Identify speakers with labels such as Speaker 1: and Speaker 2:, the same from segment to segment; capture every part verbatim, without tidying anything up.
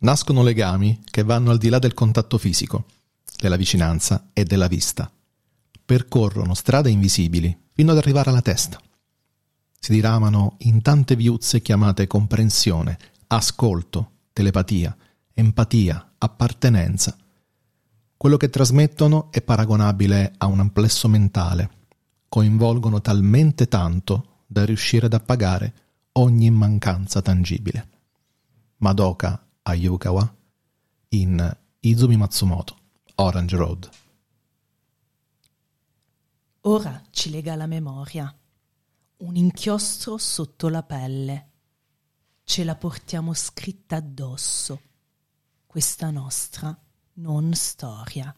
Speaker 1: Nascono legami che vanno al di là del contatto fisico, della vicinanza e della vista. Percorrono strade invisibili fino ad arrivare alla testa. Si diramano in tante viuzze chiamate comprensione, ascolto, telepatia, empatia, appartenenza. Quello che trasmettono è paragonabile a un amplesso mentale. Coinvolgono talmente tanto da riuscire ad appagare ogni mancanza tangibile. Madoka Ayukawa in Izumi Matsumoto, Orange Road.
Speaker 2: Ora ci lega la memoria, un inchiostro sotto la pelle. Ce la portiamo scritta addosso, questa nostra non storia.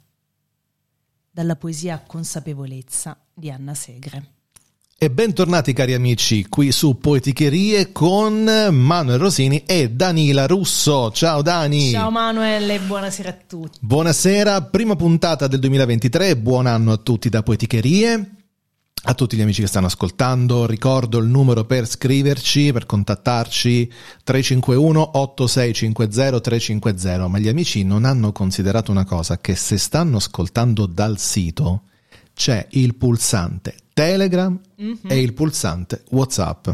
Speaker 2: Dalla poesia Consapevolezza di Anna Segre.
Speaker 1: E bentornati cari amici qui su Poeticherie con Manuel Rosini e Danila Russo. Ciao Dani!
Speaker 2: Ciao Manuel e buonasera a tutti.
Speaker 1: Buonasera, prima puntata del duemilaventitré, buon anno a tutti da Poeticherie, a tutti gli amici che stanno ascoltando. Ricordo il numero per scriverci, per contattarci, tre cinque uno otto sei cinque zero tre cinque zero, ma gli amici non hanno considerato una cosa, che se stanno ascoltando dal sito c'è il pulsante Telegram mm-hmm. e il pulsante WhatsApp.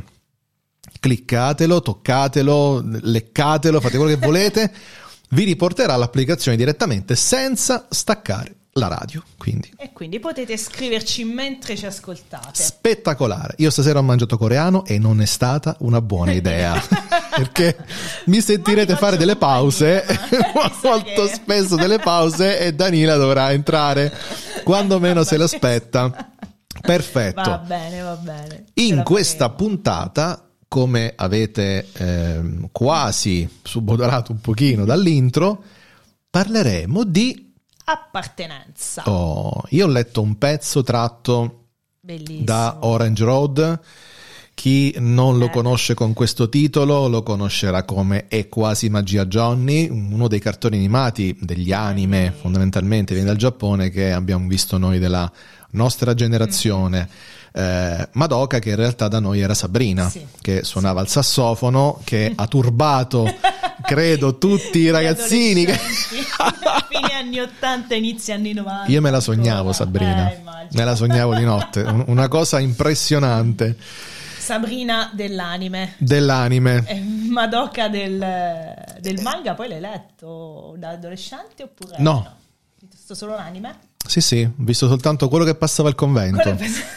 Speaker 1: Cliccatelo, toccatelo, leccatelo, fate quello che volete, vi riporterà l'applicazione direttamente senza staccare la radio. Quindi.
Speaker 2: E quindi potete scriverci mentre ci ascoltate.
Speaker 1: Spettacolare. Io stasera ho mangiato coreano e non è stata una buona idea perché mi sentirete fare delle pause molto che... spesso delle pause e Danila dovrà entrare quando meno se l'aspetta. Perfetto.
Speaker 2: Va bene, va bene.
Speaker 1: In questa puntata, come avete eh, quasi subodorato un pochino dall'intro, parleremo di
Speaker 2: appartenenza.
Speaker 1: Oh, io ho letto un pezzo tratto
Speaker 2: Bellissimo.
Speaker 1: da Orange Road. Chi non lo eh. conosce con questo titolo lo conoscerà come È quasi magia Johnny, uno dei cartoni animati degli anime, eh. fondamentalmente viene dal Giappone, che abbiamo visto noi della nostra generazione. Mm. Eh, Madoka, che in realtà da noi era Sabrina, sì. che suonava il sassofono, che ha turbato credo tutti i ragazzini che...
Speaker 2: fine anni ottanta, inizio anni novanta.
Speaker 1: Io me la sognavo Sabrina, eh, me la sognavo di notte, una cosa impressionante.
Speaker 2: Sabrina dell'anime
Speaker 1: dell'anime
Speaker 2: eh, Madoka del, del manga. Poi l'hai letto da adolescente oppure
Speaker 1: no?
Speaker 2: no? Hai visto solo l'anime?
Speaker 1: Sì sì, ho visto soltanto quello che passava al convento.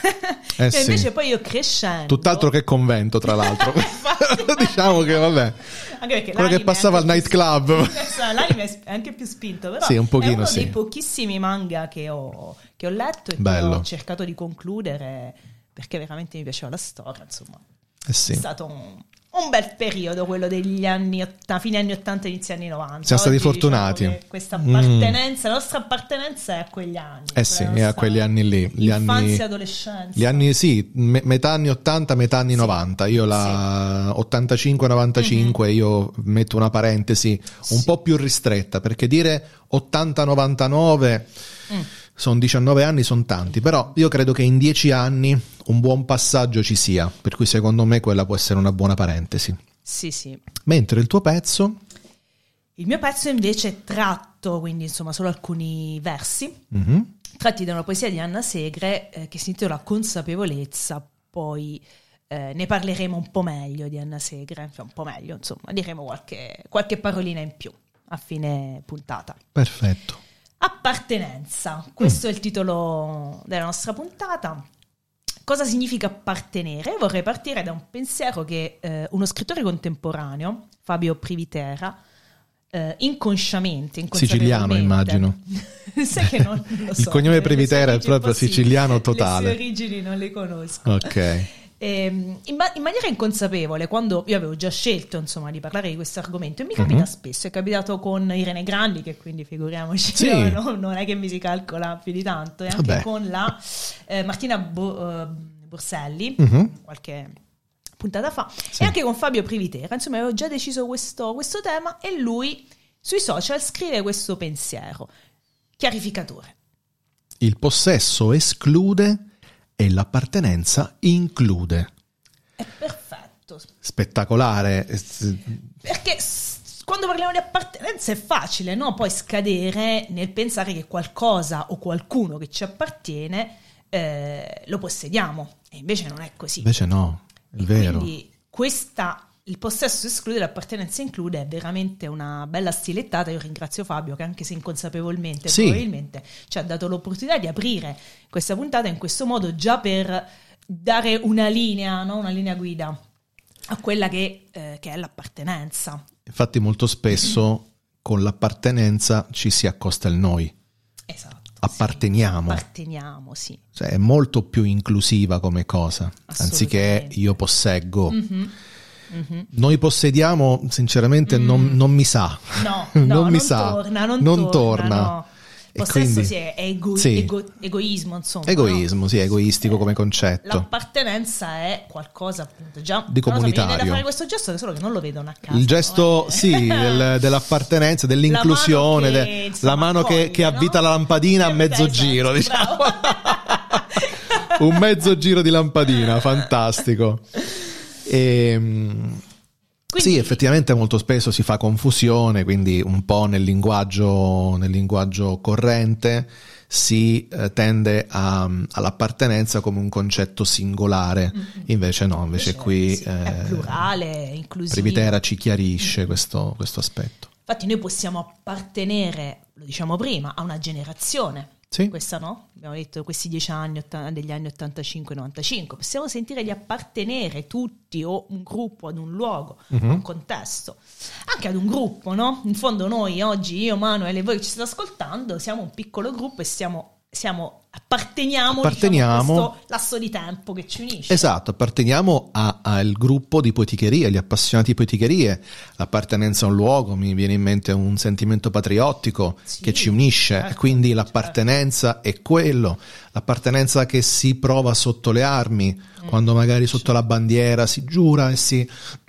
Speaker 2: Eh,
Speaker 1: sì.
Speaker 2: Invece poi io crescendo,
Speaker 1: tutt'altro che convento tra l'altro. Diciamo che vabbè,
Speaker 2: anche
Speaker 1: quello che passava al nightclub.
Speaker 2: L'anime è anche più spinto, però
Speaker 1: sì, un pochino,
Speaker 2: è uno
Speaker 1: sì.
Speaker 2: dei pochissimi manga che ho, che ho letto e
Speaker 1: Bello.
Speaker 2: che ho cercato di concludere perché veramente mi piaceva la storia, insomma.
Speaker 1: Eh sì.
Speaker 2: È stato un, un bel periodo quello degli anni ottanta, fine anni ottanta, inizio anni novanta.
Speaker 1: Siamo stati
Speaker 2: Oggi,
Speaker 1: fortunati.
Speaker 2: Diciamo, questa appartenenza, mm. la nostra appartenenza è a quegli anni.
Speaker 1: Eh sì, è a quegli anni lì. Gli
Speaker 2: infanzia
Speaker 1: anni,
Speaker 2: e adolescenza.
Speaker 1: Gli anni, sì, me, metà anni ottanta, metà anni sì. novanta. Io la sì. ottantacinque novantacinque, mm-hmm. io metto una parentesi un sì. po' più ristretta, perché dire ottanta novantanove... Mm. sono diciannove anni, sono tanti, però io credo che in dieci anni un buon passaggio ci sia, per cui secondo me quella può essere una buona parentesi.
Speaker 2: Sì, sì.
Speaker 1: Mentre il tuo pezzo?
Speaker 2: Il mio pezzo invece è tratto, quindi insomma solo alcuni versi,
Speaker 1: mm-hmm.
Speaker 2: tratti da una poesia di Anna Segre eh, che si intitola Consapevolezza, poi eh, ne parleremo un po' meglio di Anna Segre, cioè un po' meglio, insomma, diremo qualche, qualche parolina in più a fine puntata.
Speaker 1: Perfetto.
Speaker 2: Appartenenza, questo mm. è il titolo della nostra puntata. Cosa significa appartenere? Vorrei partire da un pensiero che eh, uno scrittore contemporaneo, Fabio Privitera, eh, inconsciamente,
Speaker 1: siciliano immagino.
Speaker 2: Sai che non lo so.
Speaker 1: Il cognome Privitera è proprio siciliano totale.
Speaker 2: Le sue origini non le conosco.
Speaker 1: Ok.
Speaker 2: In, ma- in maniera inconsapevole, quando io avevo già scelto insomma di parlare di questo argomento, e mi capita mm-hmm. spesso, è capitato con Irene Grandi, che quindi figuriamoci,
Speaker 1: sì.
Speaker 2: no, non è che mi si calcola più di tanto, e anche
Speaker 1: Vabbè.
Speaker 2: con la eh, Martina Bo- uh, Borselli,
Speaker 1: mm-hmm.
Speaker 2: qualche puntata fa,
Speaker 1: sì.
Speaker 2: e anche con Fabio Privitera. Insomma, avevo già deciso questo, questo tema, e lui sui social scrive questo pensiero chiarificatore:
Speaker 1: il possesso esclude e l'appartenenza include.
Speaker 2: È perfetto.
Speaker 1: Spettacolare.
Speaker 2: Perché quando parliamo di appartenenza è facile, no? Poi scadere nel pensare che qualcosa o qualcuno che ci appartiene eh, lo possediamo, e invece non è così.
Speaker 1: Invece no, è
Speaker 2: e
Speaker 1: vero.
Speaker 2: Quindi questa, il possesso esclude, l'appartenenza include, è veramente una bella stilettata. Io ringrazio Fabio che, anche se inconsapevolmente
Speaker 1: sì.
Speaker 2: probabilmente, ci ha dato l'opportunità di aprire questa puntata in questo modo, già per dare una linea, no? Una linea guida a quella che, eh, che è l'appartenenza.
Speaker 1: Infatti molto spesso con l'appartenenza ci si accosta il noi.
Speaker 2: Esatto.
Speaker 1: Apparteniamo.
Speaker 2: Sì, apparteniamo, sì.
Speaker 1: Cioè, è molto più inclusiva come cosa, anziché io posseggo.
Speaker 2: Mm-hmm. Mm-hmm.
Speaker 1: Noi possediamo, sinceramente, mm. non, non mi sa.
Speaker 2: No, no,
Speaker 1: non
Speaker 2: non
Speaker 1: mi
Speaker 2: torna,
Speaker 1: sa.
Speaker 2: non,
Speaker 1: non
Speaker 2: torna.
Speaker 1: torna.
Speaker 2: No. Possesso quindi, sì, è ego- sì. Ego- egoismo, insomma.
Speaker 1: Egoismo, no? Sì, egoistico
Speaker 2: eh,
Speaker 1: come concetto.
Speaker 2: L'appartenenza è qualcosa, appunto, già
Speaker 1: di comunitario.
Speaker 2: So, mi viene da fare questo gesto, solo che non lo vedono a casa.
Speaker 1: Il gesto,
Speaker 2: no?
Speaker 1: sì, del, dell'appartenenza, dell'inclusione, la mano che, de, insomma, la mano accoglie, che, che avvita no? la lampadina a mezzo esatto, giro, diciamo. Un mezzo giro di lampadina, fantastico. E... Quindi, sì, effettivamente molto spesso si fa confusione, quindi un po' nel linguaggio, nel linguaggio corrente si eh, tende a, all'appartenenza come un concetto singolare, mm-hmm. invece no, invece, invece qui
Speaker 2: sì, eh, è plurale, è inclusivo.
Speaker 1: Privitera ci chiarisce mm-hmm. questo, questo aspetto.
Speaker 2: Infatti noi possiamo appartenere, lo diciamo prima, a una generazione.
Speaker 1: Sì.
Speaker 2: Questa no? Abbiamo detto questi dieci anni otta- degli anni ottantacinque novantacinque. Possiamo sentire di appartenere tutti o un gruppo ad un luogo, uh-huh. a un contesto, anche ad un gruppo, no? In fondo noi oggi, io, Manuel e voi che ci state ascoltando, siamo un piccolo gruppo e siamo, siamo apparteniamo,
Speaker 1: apparteniamo
Speaker 2: diciamo, a questo lasso di tempo che ci unisce.
Speaker 1: Esatto, apparteniamo a, al gruppo di poeticheria, gli appassionati di poeticherie. L'appartenenza a un luogo, mi viene in mente un sentimento patriottico sì, che ci unisce, certo, e quindi l'appartenenza certo. è quello, l'appartenenza che si prova sotto le armi, mm. quando magari sotto sì. la bandiera si giura e si...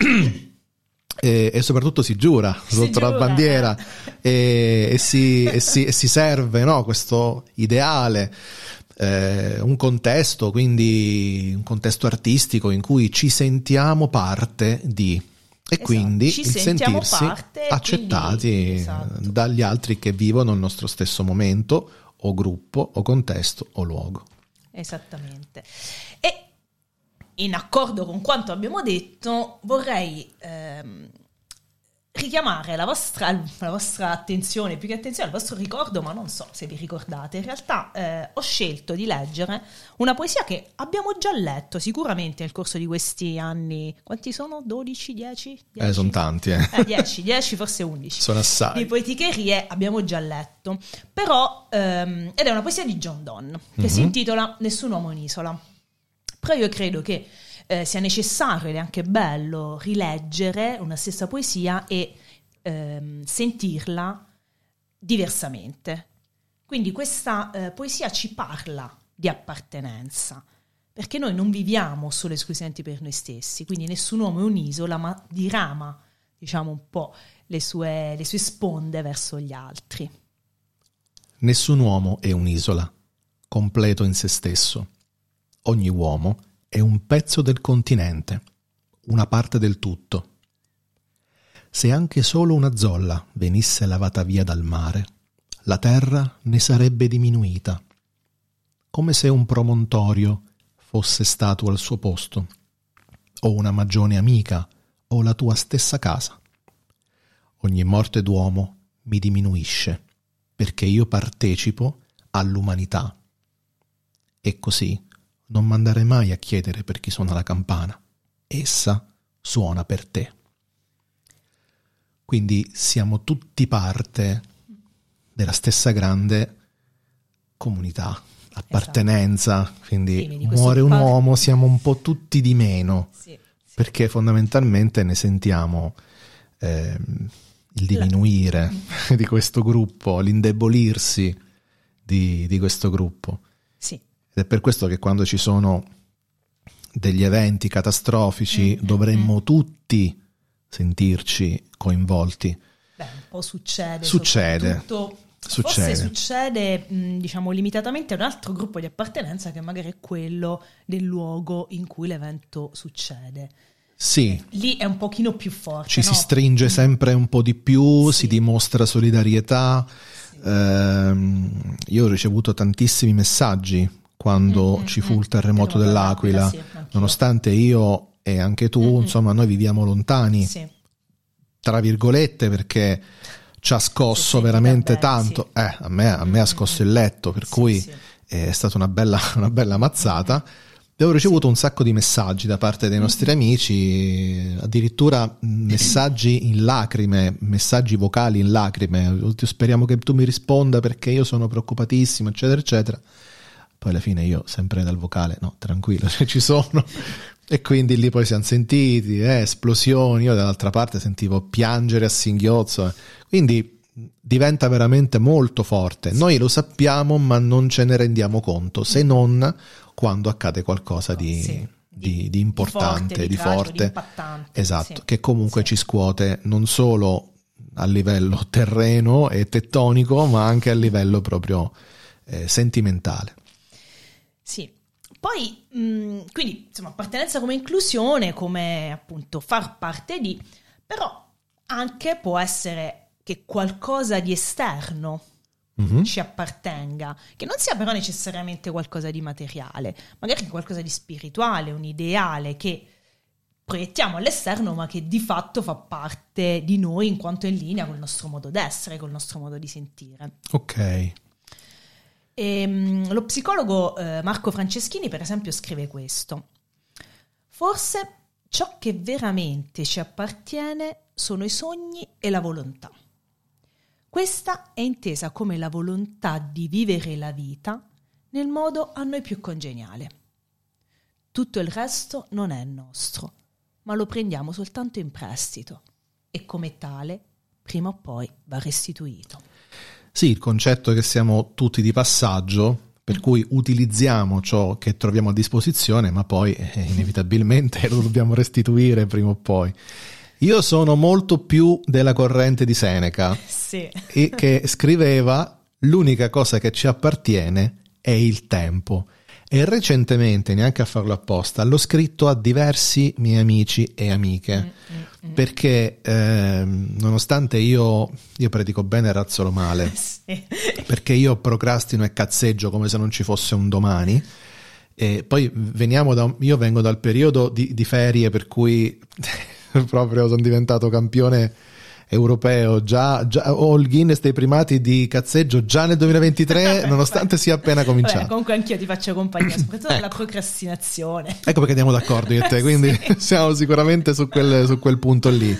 Speaker 1: E, e soprattutto si giura si sotto giura, la bandiera eh. e, e, si, e, si, e si serve, no? Questo ideale, eh, un contesto, quindi un contesto artistico in cui ci sentiamo parte di, e esatto. quindi
Speaker 2: ci
Speaker 1: il sentirsi
Speaker 2: parte,
Speaker 1: accettati
Speaker 2: quindi, esatto.
Speaker 1: dagli altri che vivono il nostro stesso momento o gruppo o contesto o luogo.
Speaker 2: Esattamente. E in accordo con quanto abbiamo detto, vorrei ehm, richiamare la vostra, la vostra attenzione, più che attenzione, al vostro ricordo, ma non so se vi ricordate. In realtà eh, ho scelto di leggere una poesia che abbiamo già letto sicuramente nel corso di questi anni. Quanti sono? dodici, dieci?
Speaker 1: Eh, sono tanti, eh.
Speaker 2: eh dieci, dieci, forse undici.
Speaker 1: Sono assai.
Speaker 2: Di poeticherie abbiamo già letto. Però, ehm, ed è una poesia di John Donne, che mm-hmm. si intitola Nessun uomo in isola. Però io credo che eh, sia necessario ed è anche bello rileggere una stessa poesia e ehm, sentirla diversamente. Quindi questa eh, poesia ci parla di appartenenza, perché noi non viviamo solo esclusivamente per noi stessi, quindi nessun uomo è un'isola, ma dirama, diciamo, un po' le sue, le sue sponde verso gli altri.
Speaker 1: Nessun uomo è un'isola, completo in se stesso. Ogni uomo è un pezzo del continente, una parte del tutto. Se anche solo una zolla venisse lavata via dal mare, la terra ne sarebbe diminuita, come se un promontorio fosse stato al suo posto, o una magione amica, o la tua stessa casa. Ogni morte d'uomo mi diminuisce, perché io partecipo all'umanità. E così non m'andare mai a chiedere per chi suona la campana. Essa suona per te. Quindi siamo tutti parte della stessa grande comunità, appartenenza. Esatto. Quindi sì, muore un par- uomo, siamo un po' tutti di meno, sì, sì. perché fondamentalmente ne sentiamo eh, il diminuire La... di questo gruppo, l'indebolirsi di, di questo gruppo.
Speaker 2: Sì. Ed
Speaker 1: è per questo che quando ci sono degli eventi catastrofici mm-hmm. dovremmo tutti sentirci coinvolti.
Speaker 2: Beh, un po' succede.
Speaker 1: Succede.
Speaker 2: Succede. Forse succede, diciamo, limitatamente a un altro gruppo di appartenenza che magari è quello del luogo in cui l'evento succede.
Speaker 1: Sì.
Speaker 2: Lì è un pochino più forte.
Speaker 1: Ci
Speaker 2: no?
Speaker 1: si stringe sempre un po' di più, sì. Si dimostra solidarietà. Sì. Ehm, io ho ricevuto tantissimi messaggi quando mm-hmm. ci fu il terremoto dell'Aquila, sì, nonostante io e anche tu, mm-hmm. insomma, noi viviamo lontani, sì. tra virgolette, perché ci ha scosso sì, veramente bene, tanto. Sì. Eh, a me, a me ha scosso il letto, per sì, cui sì. è stata una bella, una bella mazzata. Ho ricevuto sì. un sacco di messaggi da parte dei nostri mm-hmm. amici, addirittura messaggi in lacrime, messaggi vocali in lacrime. Speriamo che tu mi risponda perché io sono preoccupatissimo, eccetera, eccetera. Poi alla fine io sempre dal vocale, no, tranquillo, cioè ci sono. E quindi lì poi siamo sentiti, eh, esplosioni, io dall'altra parte sentivo piangere a singhiozzo, eh. Quindi diventa veramente molto forte. Noi lo sappiamo, ma non ce ne rendiamo conto, se non quando accade qualcosa di, sì, di, di, di importante, di forte, di, forte, di esatto, sì, che comunque sì. ci scuote non solo a livello terreno e tettonico, ma anche a livello proprio eh, sentimentale.
Speaker 2: Sì. Poi, mh, quindi, insomma, appartenenza come inclusione, come appunto far parte di, però anche può essere che qualcosa di esterno mm-hmm. ci appartenga, che non sia però necessariamente qualcosa di materiale, magari qualcosa di spirituale, un ideale che proiettiamo all'esterno, ma che di fatto fa parte di noi in quanto è in linea col nostro modo d'essere, col nostro modo di sentire.
Speaker 1: Ok.
Speaker 2: E, um, lo psicologo eh, Marco Franceschini, per esempio, scrive questo: forse ciò che veramente ci appartiene sono i sogni e la volontà. Questa è intesa come la volontà di vivere la vita nel modo a noi più congeniale. Tutto il resto non è nostro, ma lo prendiamo soltanto in prestito e come tale prima o poi va restituito.
Speaker 1: Sì, il concetto è che siamo tutti di passaggio, per cui utilizziamo ciò che troviamo a disposizione, ma poi eh, inevitabilmente lo dobbiamo restituire prima o poi. Io sono molto più della corrente di Seneca,
Speaker 2: sì.
Speaker 1: e che scriveva: l'unica cosa che ci appartiene è il tempo. E recentemente, neanche a farlo apposta, l'ho scritto a diversi miei amici e amiche, mm, mm, perché eh, nonostante io, io predico bene e razzolo male, sì. perché io procrastino e cazzeggio come se non ci fosse un domani, e poi veniamo da, io vengo dal periodo di, di ferie per cui proprio sono diventato campione europeo, già, già ho il Guinness dei primati di cazzeggio già nel duemilaventitré, nonostante sia appena cominciato.
Speaker 2: Vabbè, comunque anch'io ti faccio compagnia, soprattutto ecco. nella procrastinazione.
Speaker 1: Ecco perché andiamo d'accordo io e te, quindi sì. siamo sicuramente su quel, su quel punto lì.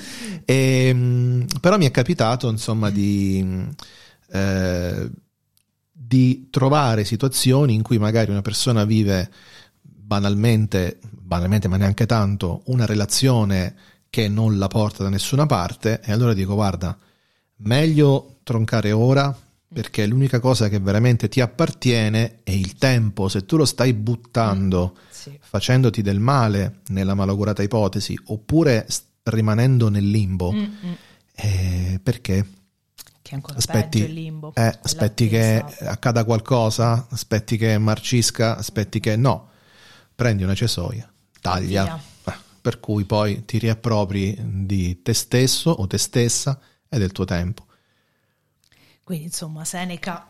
Speaker 1: E, però mi è capitato, insomma, di, eh, di trovare situazioni in cui magari una persona vive banalmente, banalmente ma neanche tanto, una relazione che non la porta da nessuna parte, e allora dico: guarda, meglio troncare ora, perché l'unica cosa che veramente ti appartiene è il tempo. Se tu lo stai buttando, sì. facendoti del male, nella malaugurata ipotesi, oppure rimanendo nel limbo, eh, perché?
Speaker 2: Che è ancora
Speaker 1: aspetti,
Speaker 2: peggio il limbo.
Speaker 1: Eh, aspetti che accada qualcosa, aspetti che marcisca, aspetti che... No, prendi una cesoia, taglia. Per cui poi ti riappropri di te stesso o te stessa e del tuo tempo.
Speaker 2: Quindi insomma Seneca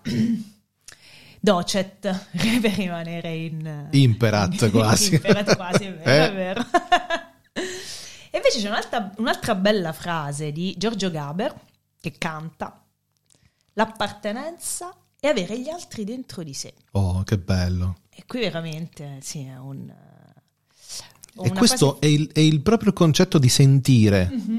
Speaker 2: docet per rimanere in
Speaker 1: imperat quasi.
Speaker 2: imperat quasi, è vero, eh? è vero. E invece c'è un'altra, un'altra bella frase di Giorgio Gaber che canta: l'appartenenza è avere gli altri dentro di sé.
Speaker 1: Oh, che bello.
Speaker 2: E qui veramente sì, è un...
Speaker 1: E questo quasi... è, il, è il proprio concetto di sentire, mm-hmm.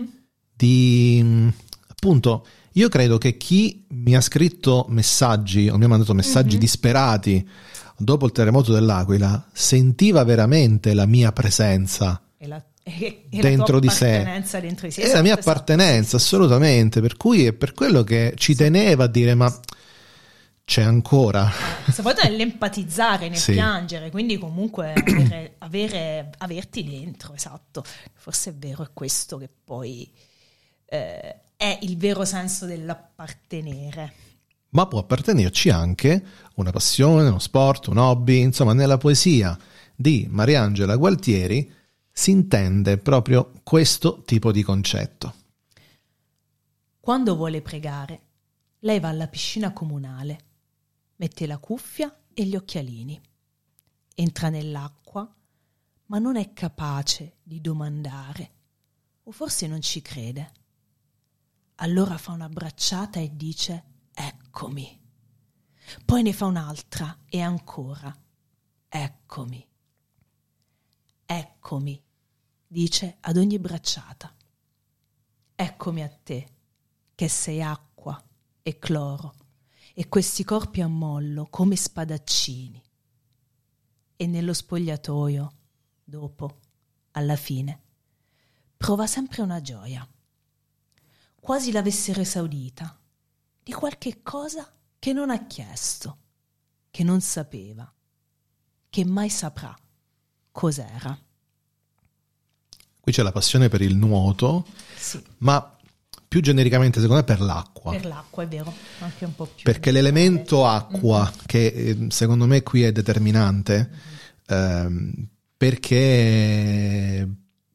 Speaker 1: di appunto, io credo che chi mi ha scritto messaggi o mi ha mandato messaggi mm-hmm. disperati dopo il terremoto dell'Aquila sentiva veramente la mia presenza
Speaker 2: e la, e, e
Speaker 1: dentro,
Speaker 2: la
Speaker 1: di sé.
Speaker 2: dentro di sé.
Speaker 1: È esatto, la mia appartenenza, esatto. assolutamente, per cui è per quello che ci sì. teneva a dire: ma c'è ancora.
Speaker 2: Soprattutto nell'empatizzare, nel sì. piangere, quindi comunque avere, avere, averti dentro, esatto. Forse è vero, è questo che poi eh, è il vero senso dell'appartenere.
Speaker 1: Ma può appartenerci anche una passione, uno sport, un hobby, insomma nella poesia di Mariangela Gualtieri si intende proprio questo tipo di concetto.
Speaker 2: Quando vuole pregare, lei va alla piscina comunale, mette la cuffia e gli occhialini, entra nell'acqua, ma non è capace di domandare, o forse non ci crede. Allora fa una bracciata e dice «Eccomi». Poi ne fa un'altra e ancora «Eccomi». «Eccomi», dice ad ogni bracciata. «Eccomi a te, che sei acqua e cloro, e questi corpi a mollo come spadaccini». E nello spogliatoio, dopo, alla fine, prova sempre una gioia, quasi l'avessero esaudita, di qualche cosa che non ha chiesto, che non sapeva, che mai saprà cos'era.
Speaker 1: Qui c'è la passione per il nuoto,
Speaker 2: sì.
Speaker 1: ma più genericamente secondo me per l'acqua.
Speaker 2: Per l'acqua, è vero, anche un po' più.
Speaker 1: Perché l'elemento acqua, mm-hmm. che secondo me qui è determinante, mm-hmm. ehm, perché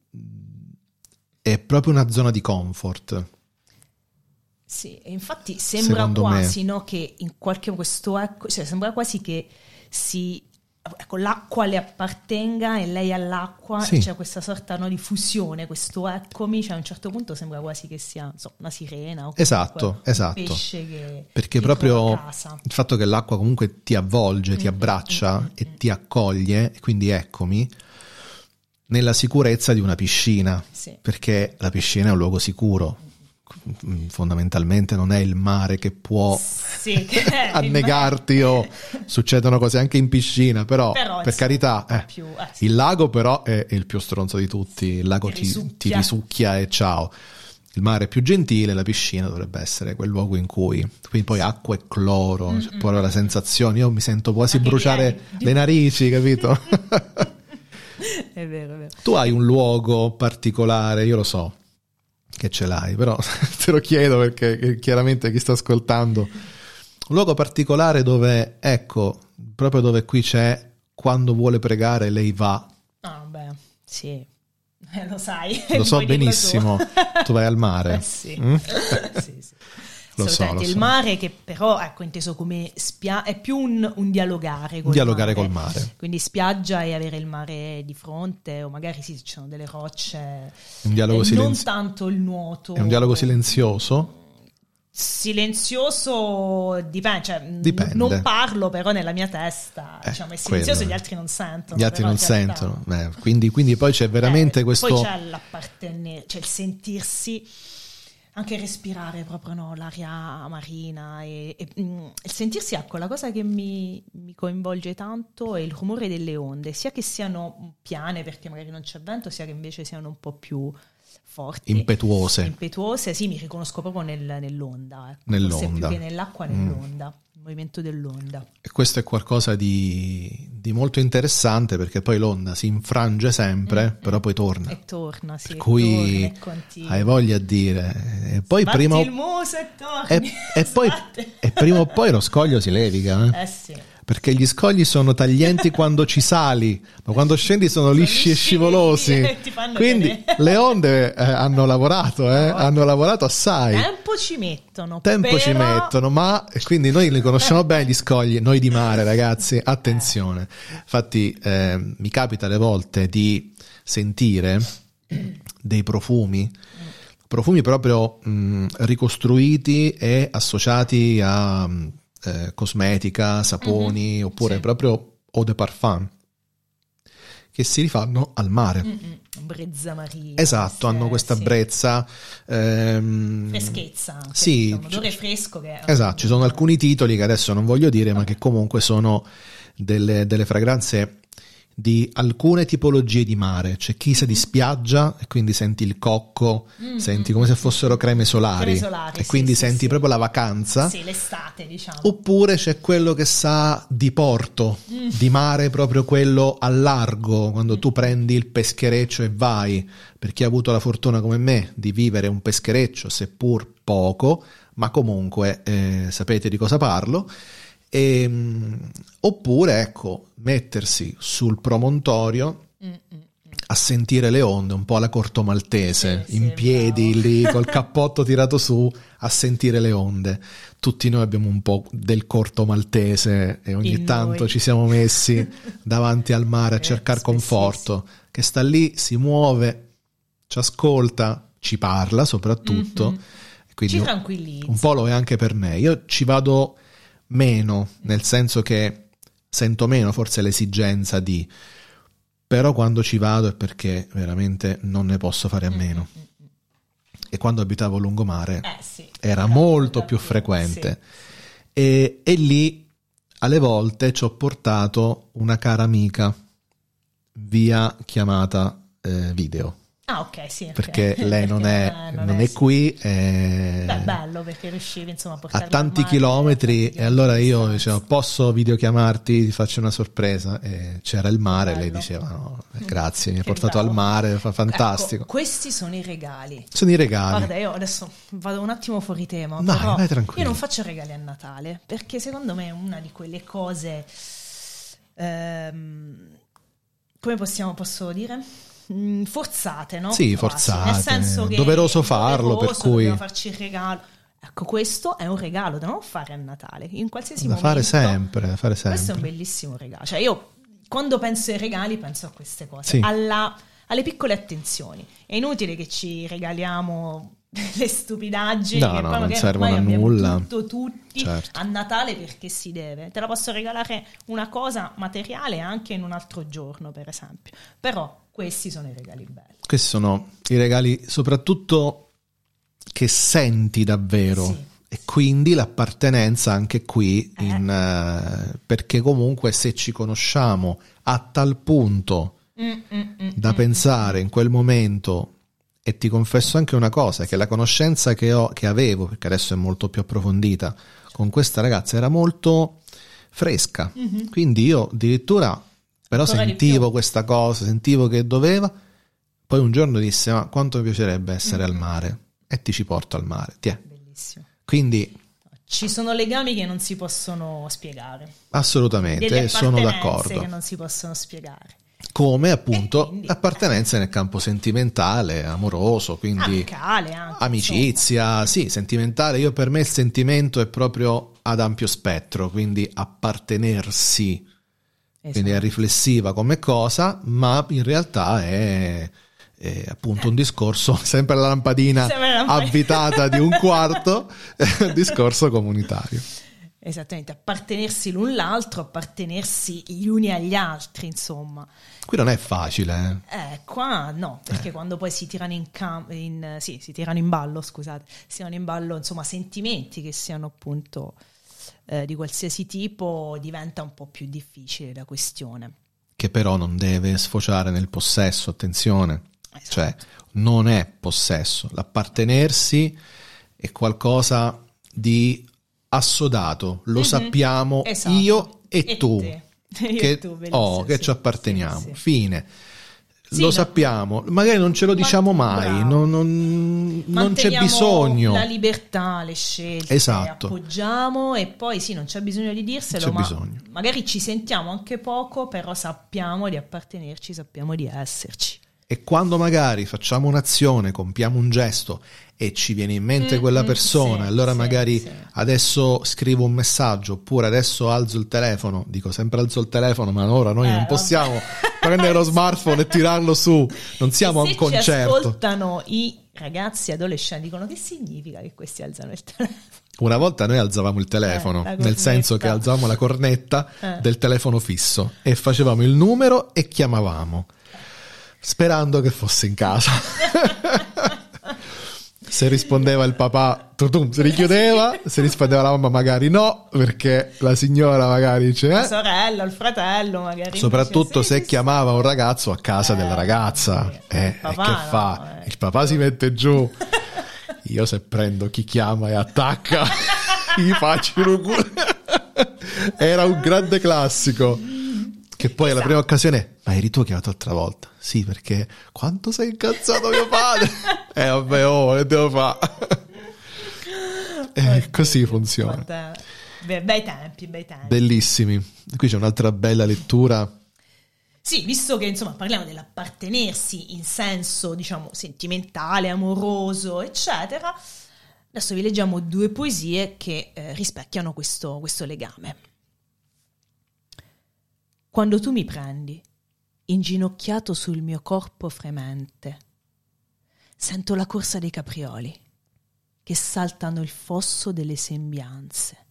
Speaker 1: è proprio una zona di comfort.
Speaker 2: Sì, e infatti sembra
Speaker 1: secondo
Speaker 2: quasi,
Speaker 1: me.
Speaker 2: no, che in qualche questo ecco, cioè sembra quasi che si ecco, l'acqua le appartenga e lei all'acqua,
Speaker 1: sì.
Speaker 2: e c'è questa sorta, no, di fusione, questo eccomi, cioè a un certo punto sembra quasi che sia, so, una sirena o
Speaker 1: esatto, esatto.
Speaker 2: un pesce che
Speaker 1: perché
Speaker 2: che
Speaker 1: proprio
Speaker 2: casa.
Speaker 1: Il fatto che l'acqua comunque ti avvolge, ti abbraccia
Speaker 2: mm-hmm.
Speaker 1: e ti accoglie, quindi eccomi, nella sicurezza di una piscina,
Speaker 2: sì.
Speaker 1: perché la piscina è un luogo sicuro. Fondamentalmente non è il mare che può
Speaker 2: sì,
Speaker 1: annegarti o succedono cose anche in piscina, però,
Speaker 2: però
Speaker 1: per
Speaker 2: insomma,
Speaker 1: carità eh,
Speaker 2: più, eh, sì.
Speaker 1: il lago però è, è il più stronzo di tutti, il lago ti,
Speaker 2: risucchia.
Speaker 1: ti risucchia e ciao. Il mare è più gentile, la piscina dovrebbe essere quel luogo in cui quindi poi acqua e cloro, c'è poi la sensazione, io mi sento quasi
Speaker 2: anche
Speaker 1: bruciare
Speaker 2: vieni.
Speaker 1: le narici, capito?
Speaker 2: È vero, è vero.
Speaker 1: Tu hai un luogo particolare, io lo so che ce l'hai, però te lo chiedo perché chiaramente chi sta ascoltando, un luogo particolare dove, ecco, proprio dove qui c'è, quando vuole pregare lei va.
Speaker 2: Ah, beh, sì, eh, lo sai.
Speaker 1: Lo so benissimo, tu. tu vai al mare.
Speaker 2: Eh, sì.
Speaker 1: Mm?
Speaker 2: sì, sì.
Speaker 1: Lo so, lo
Speaker 2: il
Speaker 1: so.
Speaker 2: mare che però, ecco, inteso come spia- è più un, un dialogare col
Speaker 1: dialogare
Speaker 2: mare.
Speaker 1: col mare.
Speaker 2: Quindi spiaggia e avere il mare di fronte, o magari sì, ci sono delle rocce.
Speaker 1: Un dialogo
Speaker 2: eh,
Speaker 1: silenzioso.
Speaker 2: Non tanto il nuoto.
Speaker 1: È un dialogo silenzioso?
Speaker 2: Silenzioso dipende, cioè,
Speaker 1: dipende.
Speaker 2: Non parlo, però nella mia testa,
Speaker 1: eh,
Speaker 2: diciamo, è silenzioso
Speaker 1: quello.
Speaker 2: e gli altri non sentono.
Speaker 1: Gli altri non
Speaker 2: realtà...
Speaker 1: sentono. Beh, quindi, quindi poi c'è veramente
Speaker 2: eh,
Speaker 1: questo.
Speaker 2: Poi c'è l'appartenere, cioè il sentirsi. Anche respirare proprio, no, l'aria marina e, e mm, il sentirsi acqua, la cosa che mi, mi coinvolge tanto è il rumore delle onde, sia che siano piane perché magari non c'è vento, sia che invece siano un po' più forti,
Speaker 1: impetuose.
Speaker 2: Impetuose, sì, mi riconosco proprio nel, nell'onda, ecco.
Speaker 1: Nell'onda.
Speaker 2: Forse più che nell'acqua, nell'onda. Mm. Il movimento dell'onda.
Speaker 1: E questo è qualcosa di, di molto interessante perché poi l'onda si infrange sempre, mm, però poi torna.
Speaker 2: E torna, sì.
Speaker 1: Per cui
Speaker 2: torna,
Speaker 1: hai voglia a dire. E poi
Speaker 2: Sbatti
Speaker 1: prima
Speaker 2: il muso e torni.
Speaker 1: E, e, poi, e prima o poi lo scoglio si leviga. Eh,
Speaker 2: eh sì.
Speaker 1: Perché gli scogli sono taglienti quando ci sali, ma quando scendi sono, sono lisci, lisci e scivolosi.
Speaker 2: E
Speaker 1: quindi
Speaker 2: bene.
Speaker 1: le onde eh, hanno lavorato, eh, no. hanno lavorato assai.
Speaker 2: Tempo ci mettono.
Speaker 1: Tempo
Speaker 2: però...
Speaker 1: ci mettono, ma quindi noi li conosciamo bene gli scogli, noi di mare, ragazzi, attenzione. Infatti eh, mi capita alle volte di sentire dei profumi, profumi proprio mh, ricostruiti e associati a Eh, cosmetica, saponi, mm-hmm. oppure sì. proprio eau de parfum che si rifanno al mare.
Speaker 2: Mm-mm. Brezza marina.
Speaker 1: Esatto, hanno questa sì. brezza ehm,
Speaker 2: freschezza,
Speaker 1: sì,
Speaker 2: un odore fresco che è...
Speaker 1: esatto, ci sono alcuni titoli che adesso non voglio dire, ma che comunque sono delle, delle fragranze di alcune tipologie di mare. C'è chi sa di spiaggia e quindi senti il cocco, mm-hmm. senti come se fossero creme solari, creme solari e sì, quindi sì, senti sì. proprio la vacanza.
Speaker 2: Sì, l'estate, diciamo.
Speaker 1: Oppure c'è quello che sa di porto, mm. di mare, proprio quello al largo, quando mm. tu prendi il peschereccio e vai, per chi ha avuto la fortuna come me di vivere un peschereccio, seppur poco, ma comunque eh, sapete di cosa parlo. E, oppure ecco, mettersi sul promontorio
Speaker 2: Mm-mm.
Speaker 1: a sentire le onde, un po' alla Corto Maltese,
Speaker 2: sì,
Speaker 1: in
Speaker 2: sì,
Speaker 1: piedi
Speaker 2: bravo.
Speaker 1: lì col cappotto tirato su a sentire le onde. Tutti noi abbiamo un po' del Corto Maltese e ogni
Speaker 2: In
Speaker 1: tanto
Speaker 2: noi.
Speaker 1: ci siamo messi davanti al mare a
Speaker 2: Eh,
Speaker 1: cercare
Speaker 2: spessissimo.
Speaker 1: conforto, che sta lì, si muove, ci ascolta, ci parla soprattutto.
Speaker 2: Mhm.
Speaker 1: Quindi
Speaker 2: Ci
Speaker 1: un-
Speaker 2: tranquillizza.
Speaker 1: un po' lo è anche per me. Io ci vado meno, nel senso che sento meno forse l'esigenza di, però quando ci vado è perché veramente non ne posso fare a meno.
Speaker 2: Mm, mm, mm.
Speaker 1: E quando abitavo a lungomare
Speaker 2: Eh sì.
Speaker 1: era
Speaker 2: Era
Speaker 1: molto
Speaker 2: da
Speaker 1: più
Speaker 2: più,
Speaker 1: frequente. E, e lì alle volte ci ho portato una cara amica via chiamata eh, video.
Speaker 2: Ah, ok, sì. ok.
Speaker 1: Perché lei non è, non è
Speaker 2: sì.
Speaker 1: qui, è
Speaker 2: Beh, bello perché riuscivi insomma a
Speaker 1: a
Speaker 2: portarla
Speaker 1: tanti
Speaker 2: al mare,
Speaker 1: chilometri,
Speaker 2: a tanti
Speaker 1: e allora io
Speaker 2: chilometri di
Speaker 1: dicevo
Speaker 2: distanza.
Speaker 1: posso videochiamarti, ti faccio una sorpresa, e c'era il mare, lei
Speaker 2: Bello.
Speaker 1: diceva no, eh, grazie, mi hai
Speaker 2: Che
Speaker 1: portato
Speaker 2: bravo.
Speaker 1: al mare, fa fantastico.
Speaker 2: Ecco, questi sono i regali.
Speaker 1: Sono i regali.
Speaker 2: Guarda, io adesso vado un attimo fuori tema,
Speaker 1: Vai,
Speaker 2: però
Speaker 1: vai tranquillo.
Speaker 2: io non faccio regali a Natale, perché secondo me è una di quelle cose, ehm, come possiamo, posso dire? Mm, Forzate, no?
Speaker 1: Sì,
Speaker 2: Quasi.
Speaker 1: forzate.
Speaker 2: Nel senso che
Speaker 1: Doveroso farlo, per
Speaker 2: doveroso,
Speaker 1: cui-
Speaker 2: dobbiamo farci il regalo. Ecco, questo è un regalo da non fare a Natale, in qualsiasi
Speaker 1: Da
Speaker 2: momento.
Speaker 1: fare sempre, da fare
Speaker 2: Questo è un
Speaker 1: sempre.
Speaker 2: bellissimo regalo. Cioè, io quando penso ai regali penso a queste cose,
Speaker 1: Sì.
Speaker 2: alla- alle piccole attenzioni. È inutile che ci regaliamo le stupidaggini,
Speaker 1: No,
Speaker 2: che
Speaker 1: no,
Speaker 2: poi
Speaker 1: non
Speaker 2: magari
Speaker 1: servono
Speaker 2: ormai
Speaker 1: a
Speaker 2: abbiamo
Speaker 1: nulla.
Speaker 2: tutto tutti
Speaker 1: Certo.
Speaker 2: a Natale perché si deve. Te la posso regalare una cosa materiale anche in un altro giorno, per esempio. Però questi sono i regali belli.
Speaker 1: Questi sono i regali soprattutto che senti davvero.
Speaker 2: Sì.
Speaker 1: E quindi l'appartenenza anche qui,
Speaker 2: Eh.
Speaker 1: in, eh, perché comunque se ci conosciamo a tal punto
Speaker 2: Mm, mm, mm,
Speaker 1: da
Speaker 2: mm.
Speaker 1: pensare in quel momento, e ti confesso anche una cosa, che la conoscenza che ho, che avevo, perché adesso è molto più approfondita, con questa ragazza era molto fresca,
Speaker 2: Mhm.
Speaker 1: quindi io addirittura però
Speaker 2: Ancora di
Speaker 1: sentivo
Speaker 2: più.
Speaker 1: questa cosa, sentivo che doveva, poi un giorno disse ma quanto mi piacerebbe essere
Speaker 2: Mhm.
Speaker 1: al mare, e ti ci porto al mare, tiè.
Speaker 2: Bellissimo.
Speaker 1: Quindi
Speaker 2: Ci sono legami che non si possono spiegare.
Speaker 1: assolutamente
Speaker 2: Delle
Speaker 1: sono
Speaker 2: appartenenze
Speaker 1: d'accordo.
Speaker 2: che non si possono spiegare.
Speaker 1: Come appunto
Speaker 2: E quindi-
Speaker 1: appartenenze nel campo sentimentale, amoroso, quindi
Speaker 2: Amicale anche,
Speaker 1: amicizia, sì, sentimentale. Io per me il sentimento è proprio ad ampio spettro, quindi appartenersi,
Speaker 2: insomma.
Speaker 1: quindi è
Speaker 2: Esatto.
Speaker 1: riflessiva come cosa, ma in realtà è, è appunto un discorso, sempre la lampadina
Speaker 2: Sempre la lampadina.
Speaker 1: avvitata di un quarto, è un discorso comunitario.
Speaker 2: Esattamente, appartenersi l'un l'altro, appartenersi gli uni agli altri, insomma.
Speaker 1: Qui non è facile, eh.
Speaker 2: Eh, qua no, perché quando poi si tirano in, cam- in sì, si tirano in ballo, scusate, si tirano in ballo, insomma, sentimenti che siano appunto eh, di qualsiasi tipo, diventa un po' più difficile la questione.
Speaker 1: Che però non deve sfociare nel possesso, attenzione.
Speaker 2: Esatto.
Speaker 1: Cioè, non è possesso. L'appartenersi è qualcosa di assodato, lo
Speaker 2: Mhm.
Speaker 1: sappiamo
Speaker 2: Esatto.
Speaker 1: io e,
Speaker 2: E
Speaker 1: tu.
Speaker 2: te. Io
Speaker 1: Che,
Speaker 2: e tu, bellissimo,
Speaker 1: oh, che
Speaker 2: sì,
Speaker 1: ci apparteniamo.
Speaker 2: sì, sì.
Speaker 1: Fine.
Speaker 2: Sì,
Speaker 1: lo
Speaker 2: no.
Speaker 1: sappiamo, magari non ce lo
Speaker 2: Ma-
Speaker 1: diciamo mai,
Speaker 2: bravo.
Speaker 1: non, non- non c'è
Speaker 2: Manteniamo
Speaker 1: bisogno.
Speaker 2: la libertà, le scelte,
Speaker 1: Esatto.
Speaker 2: appoggiamo e poi sì, non c'è bisogno di dirselo,
Speaker 1: C'è
Speaker 2: ma
Speaker 1: bisogno.
Speaker 2: magari ci sentiamo anche poco, però sappiamo di appartenerci, sappiamo di esserci.
Speaker 1: E quando magari facciamo un'azione, compiamo un gesto e ci viene in mente
Speaker 2: Mm,
Speaker 1: quella
Speaker 2: mm,
Speaker 1: persona,
Speaker 2: sì,
Speaker 1: allora
Speaker 2: sì,
Speaker 1: magari
Speaker 2: sì.
Speaker 1: adesso scrivo un messaggio, oppure adesso alzo il telefono, dico sempre alzo il telefono, ma ora noi
Speaker 2: Eh,
Speaker 1: non
Speaker 2: vabbè.
Speaker 1: possiamo prendere lo smartphone e tirarlo su, non siamo a
Speaker 2: E
Speaker 1: un
Speaker 2: se ci
Speaker 1: concerto.
Speaker 2: ascoltano i ragazzi adolescenti, dicono che significa che questi alzano il telefono.
Speaker 1: Una volta noi alzavamo il telefono,
Speaker 2: Eh, la
Speaker 1: nel
Speaker 2: cornetta.
Speaker 1: senso che alzavamo la cornetta
Speaker 2: Eh.
Speaker 1: del telefono fisso e facevamo il numero e chiamavamo, sperando che fosse in casa. Se rispondeva il papà, tutum, si richiudeva, se rispondeva la mamma magari no, perché la signora magari c'è.
Speaker 2: La sorella, il fratello magari.
Speaker 1: Soprattutto
Speaker 2: invece, sì,
Speaker 1: se
Speaker 2: sì,
Speaker 1: chiamava un ragazzo a casa
Speaker 2: Eh,
Speaker 1: della ragazza.
Speaker 2: sì.
Speaker 1: Eh,
Speaker 2: Il papà
Speaker 1: e che
Speaker 2: no,
Speaker 1: fa?
Speaker 2: eh.
Speaker 1: Il papà si mette giù. Io se prendo chi chiama e attacca, gli faccio un culo. Era un grande classico. Che poi alla
Speaker 2: Esatto.
Speaker 1: prima occasione, ma eri tu che hai chiamato l'altra volta? Sì, perché quanto sei incazzato mio padre? Eh vabbè, oh, che devo fare? Eh, così funziona.
Speaker 2: Guarda, be- bei tempi, bei tempi.
Speaker 1: Bellissimi. Qui c'è un'altra bella lettura
Speaker 2: Sì, visto che insomma parliamo dell'appartenersi in senso, diciamo, sentimentale, amoroso, eccetera, adesso vi leggiamo due poesie che eh, rispecchiano questo, questo legame. Quando tu mi prendi, inginocchiato sul mio corpo fremente, sento la corsa dei caprioli che saltano il fosso delle sembianze.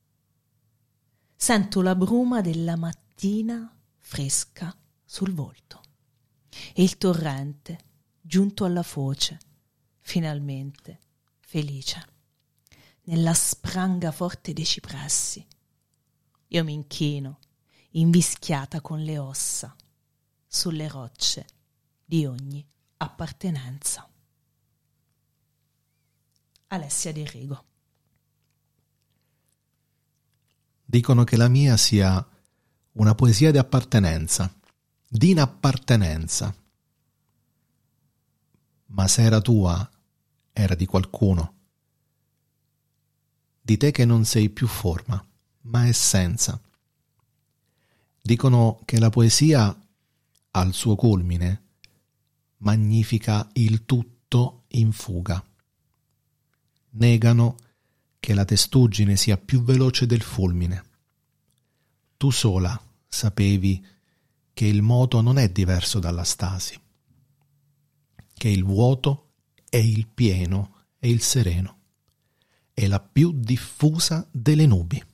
Speaker 2: Sento la bruma della mattina fresca sul volto e il torrente giunto alla foce, finalmente felice, nella spranga forte dei cipressi. Io mi inchino, invischiata con le ossa, sulle rocce di ogni appartenenza. Alessia Di Rigo.
Speaker 1: Dicono che la mia sia una poesia di appartenenza, di inappartenenza. Ma se era tua, era di qualcuno. Di te che non sei più forma, ma essenza. Dicono che la poesia, al suo culmine, magnifica il tutto in fuga. Negano che la testuggine sia più veloce del fulmine. Tu sola sapevi che il moto non è diverso dalla stasi, che il vuoto è il pieno e il sereno, è la più diffusa delle nubi.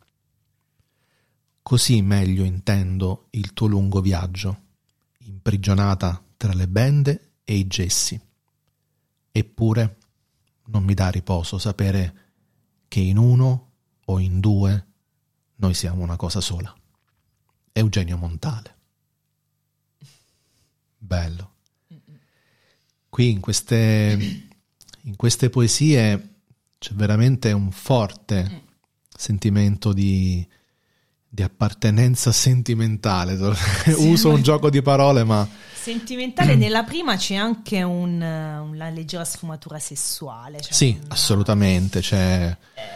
Speaker 1: Così meglio intendo il tuo lungo viaggio, imprigionata tra le bende e i gessi. Eppure non mi dà riposo sapere che in uno o in due noi siamo una cosa sola. Eugenio Montale. Bello. Qui in queste, in queste poesie c'è veramente un forte sentimento di, di appartenenza sentimentale. Sì. Uso un gioco di parole, ma...
Speaker 2: Sentimentale, nella prima c'è anche un, una leggera sfumatura sessuale. Cioè
Speaker 1: sì,
Speaker 2: una...
Speaker 1: assolutamente. C'è...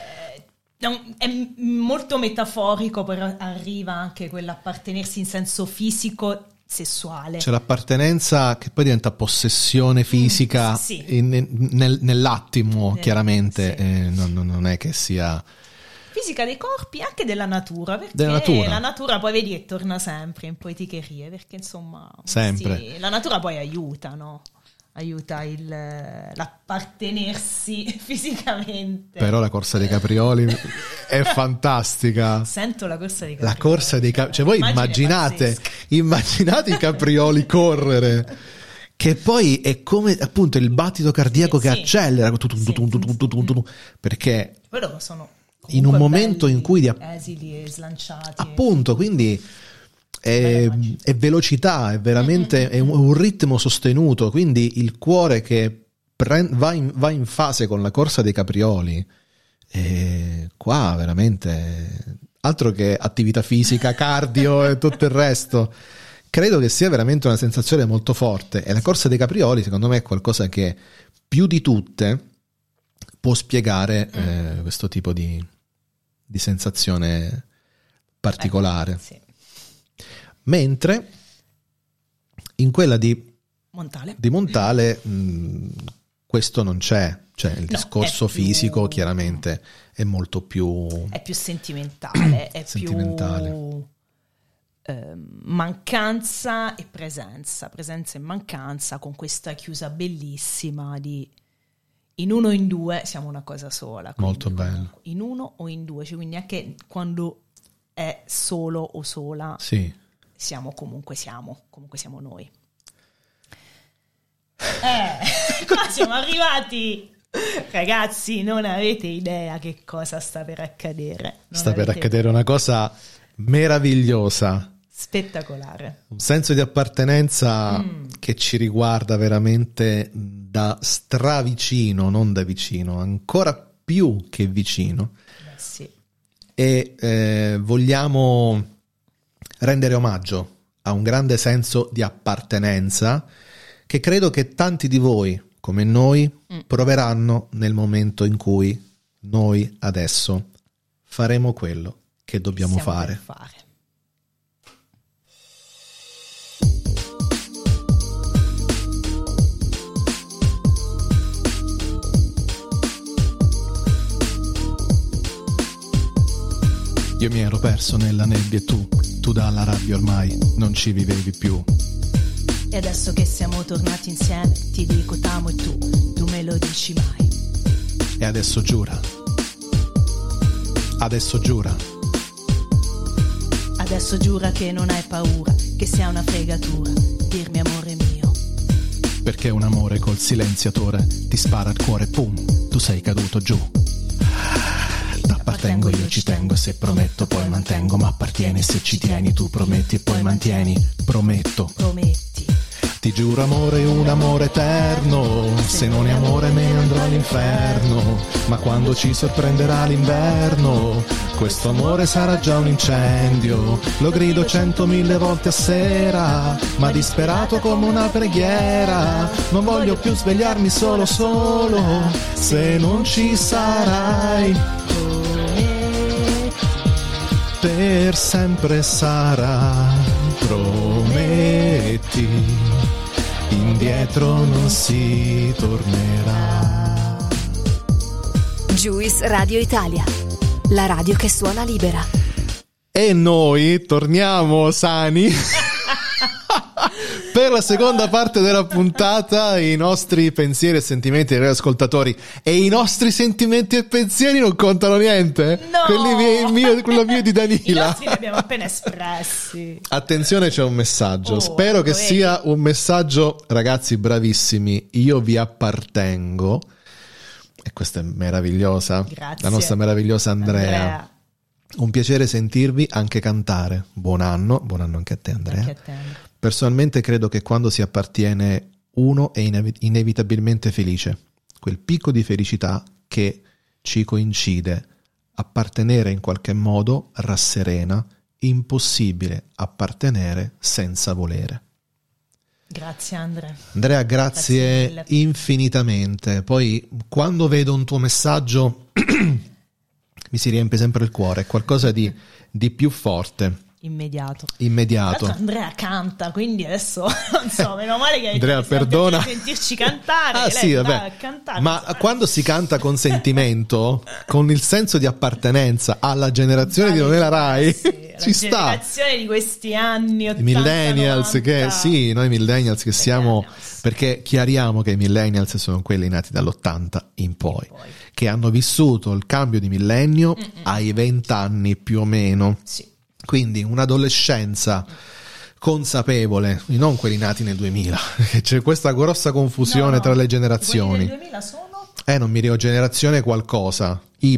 Speaker 2: Eh, è molto metaforico, però arriva anche quell'appartenersi in senso fisico, sessuale.
Speaker 1: C'è l'appartenenza che poi diventa possessione fisica mm, sì. in, nel, nell'attimo, eh, chiaramente. Sì. Eh, non, non è che sia...
Speaker 2: Fisica dei corpi, anche della natura, perché
Speaker 1: della natura.
Speaker 2: La natura poi vedi che torna sempre in poeticherie, perché insomma
Speaker 1: sempre.
Speaker 2: Sì, la natura poi aiuta, no? Aiuta il, l'appartenersi fisicamente.
Speaker 1: Però la corsa dei caprioli è fantastica.
Speaker 2: Sento la corsa dei caprioli.
Speaker 1: La corsa dei caprioli, cioè voi immaginate, immaginate i caprioli correre, che poi è come appunto il battito cardiaco sì, che sì. accelera, sì. perché
Speaker 2: poi loro sono
Speaker 1: in un momento
Speaker 2: belli,
Speaker 1: in cui di app-
Speaker 2: esili e slanciati,
Speaker 1: appunto, quindi è, è velocità, è veramente è un, un ritmo sostenuto, quindi il cuore che pre- va, in, va in fase con la corsa dei caprioli, e qua veramente altro che attività fisica, cardio e tutto il resto. Credo che sia veramente una sensazione molto forte, e la corsa dei caprioli secondo me è qualcosa che più di tutte può spiegare eh, questo tipo di, di sensazione particolare. Eh, sì. Mentre in quella di
Speaker 2: Montale,
Speaker 1: di Montale mh, questo non c'è, cioè il no, discorso più, fisico chiaramente è molto più...
Speaker 2: è più sentimentale, è
Speaker 1: sentimentale.
Speaker 2: più eh, mancanza e presenza, presenza e mancanza, con questa chiusa bellissima di... in uno o in due siamo una cosa sola.
Speaker 1: Molto bello.
Speaker 2: In uno o in due, cioè quindi anche quando è solo o sola,
Speaker 1: sì.
Speaker 2: siamo comunque siamo, comunque siamo noi. Eh, qua siamo arrivati. Ragazzi, non avete idea che cosa sta per accadere. Non
Speaker 1: sta per accadere
Speaker 2: idea.
Speaker 1: Una cosa meravigliosa.
Speaker 2: Spettacolare.
Speaker 1: Un senso di appartenenza mm. che ci riguarda veramente da stravicino, non da vicino, ancora più che vicino.
Speaker 2: Beh, sì.
Speaker 1: E eh, vogliamo rendere omaggio a un grande senso di appartenenza che credo che tanti di voi, come noi, mm. proveranno nel momento in cui noi adesso faremo quello che dobbiamo
Speaker 2: Siamo
Speaker 1: fare.
Speaker 2: Per fare.
Speaker 1: Io mi ero perso nella nebbia e tu, tu dalla rabbia ormai non ci vivevi più.
Speaker 2: E adesso che siamo tornati insieme, ti dico t'amo e tu, tu me lo dici mai.
Speaker 1: E adesso giura, adesso giura,
Speaker 2: adesso giura che non hai paura, che sia una fregatura, dirmi amore mio.
Speaker 1: Perché un amore col silenziatore ti spara al cuore, pum, tu sei caduto giù. T'appartengo, io ci tengo, se prometto poi mantengo, ma appartieni se ci tieni, tu prometti e poi mantieni, prometto.
Speaker 2: Prometti.
Speaker 1: Ti giuro amore, un amore eterno, se non è amore me ne andrò all'inferno, ma quando ci sorprenderà l'inverno, questo amore sarà già un incendio, lo grido centomille volte a sera, ma disperato come una preghiera, non voglio più svegliarmi solo solo, se non ci sarai, per sempre sarà, prometti. Indietro non si tornerà.
Speaker 3: Juice Radio Italia, la radio che suona libera.
Speaker 1: E noi torniamo sani per la seconda parte della puntata, i nostri pensieri e sentimenti degli ascoltatori. E i nostri sentimenti e pensieri non contano niente?
Speaker 2: No!
Speaker 1: Quelli miei, mio, quello mio di Danila.
Speaker 2: I nostri li abbiamo appena espressi.
Speaker 1: Attenzione, c'è un messaggio.
Speaker 2: Oh,
Speaker 1: Spero che
Speaker 2: vedi.
Speaker 1: sia un messaggio, ragazzi bravissimi, io vi appartengo. E questa è meravigliosa.
Speaker 2: Grazie.
Speaker 1: La nostra meravigliosa Andrea.
Speaker 2: Andrea.
Speaker 1: Un piacere sentirvi, anche cantare. Buon anno, buon anno anche a te Andrea.
Speaker 2: Anche a te, Andrea.
Speaker 1: Personalmente credo che quando si appartiene uno è inev- inevitabilmente felice. Quel picco di felicità che ci coincide. Appartenere in qualche modo rasserena, impossibile appartenere senza volere.
Speaker 2: Grazie Andrea.
Speaker 1: Andrea, grazie,
Speaker 2: Grazie mille.
Speaker 1: infinitamente. Poi quando vedo un tuo messaggio mi si riempie sempre il cuore, è qualcosa di, di più forte,
Speaker 2: Immediato.
Speaker 1: immediato.
Speaker 2: Tra l'altro Andrea canta, quindi adesso non so, meno male che
Speaker 1: Andrea,
Speaker 2: mi sta
Speaker 1: perdona.
Speaker 2: piacendo sentirci cantare.
Speaker 1: Ah
Speaker 2: che
Speaker 1: sì,
Speaker 2: lei
Speaker 1: vabbè.
Speaker 2: va a cantare,
Speaker 1: Ma
Speaker 2: insomma.
Speaker 1: quando si canta con sentimento, con il senso di appartenenza alla generazione di Non è la Rai,
Speaker 2: Sì, la
Speaker 1: ci sta.
Speaker 2: generazione di questi anni
Speaker 1: I
Speaker 2: ottanta,
Speaker 1: millennials, che
Speaker 2: novanta.
Speaker 1: sì, noi millennials che siamo,
Speaker 2: Millennials.
Speaker 1: perché chiariamo che i millennials sono quelli nati dall'ottanta in poi,
Speaker 2: poi.
Speaker 1: che hanno vissuto il cambio di millennio
Speaker 2: Mm-mm.
Speaker 1: ai vent'anni più o meno.
Speaker 2: Sì.
Speaker 1: Quindi un'adolescenza consapevole, non quelli nati nel duemila, che c'è questa grossa confusione
Speaker 2: No, no,
Speaker 1: tra le
Speaker 2: quelli
Speaker 1: generazioni.
Speaker 2: del duemila sono
Speaker 1: Eh, non mi ricordo, generazione qualcosa, Y,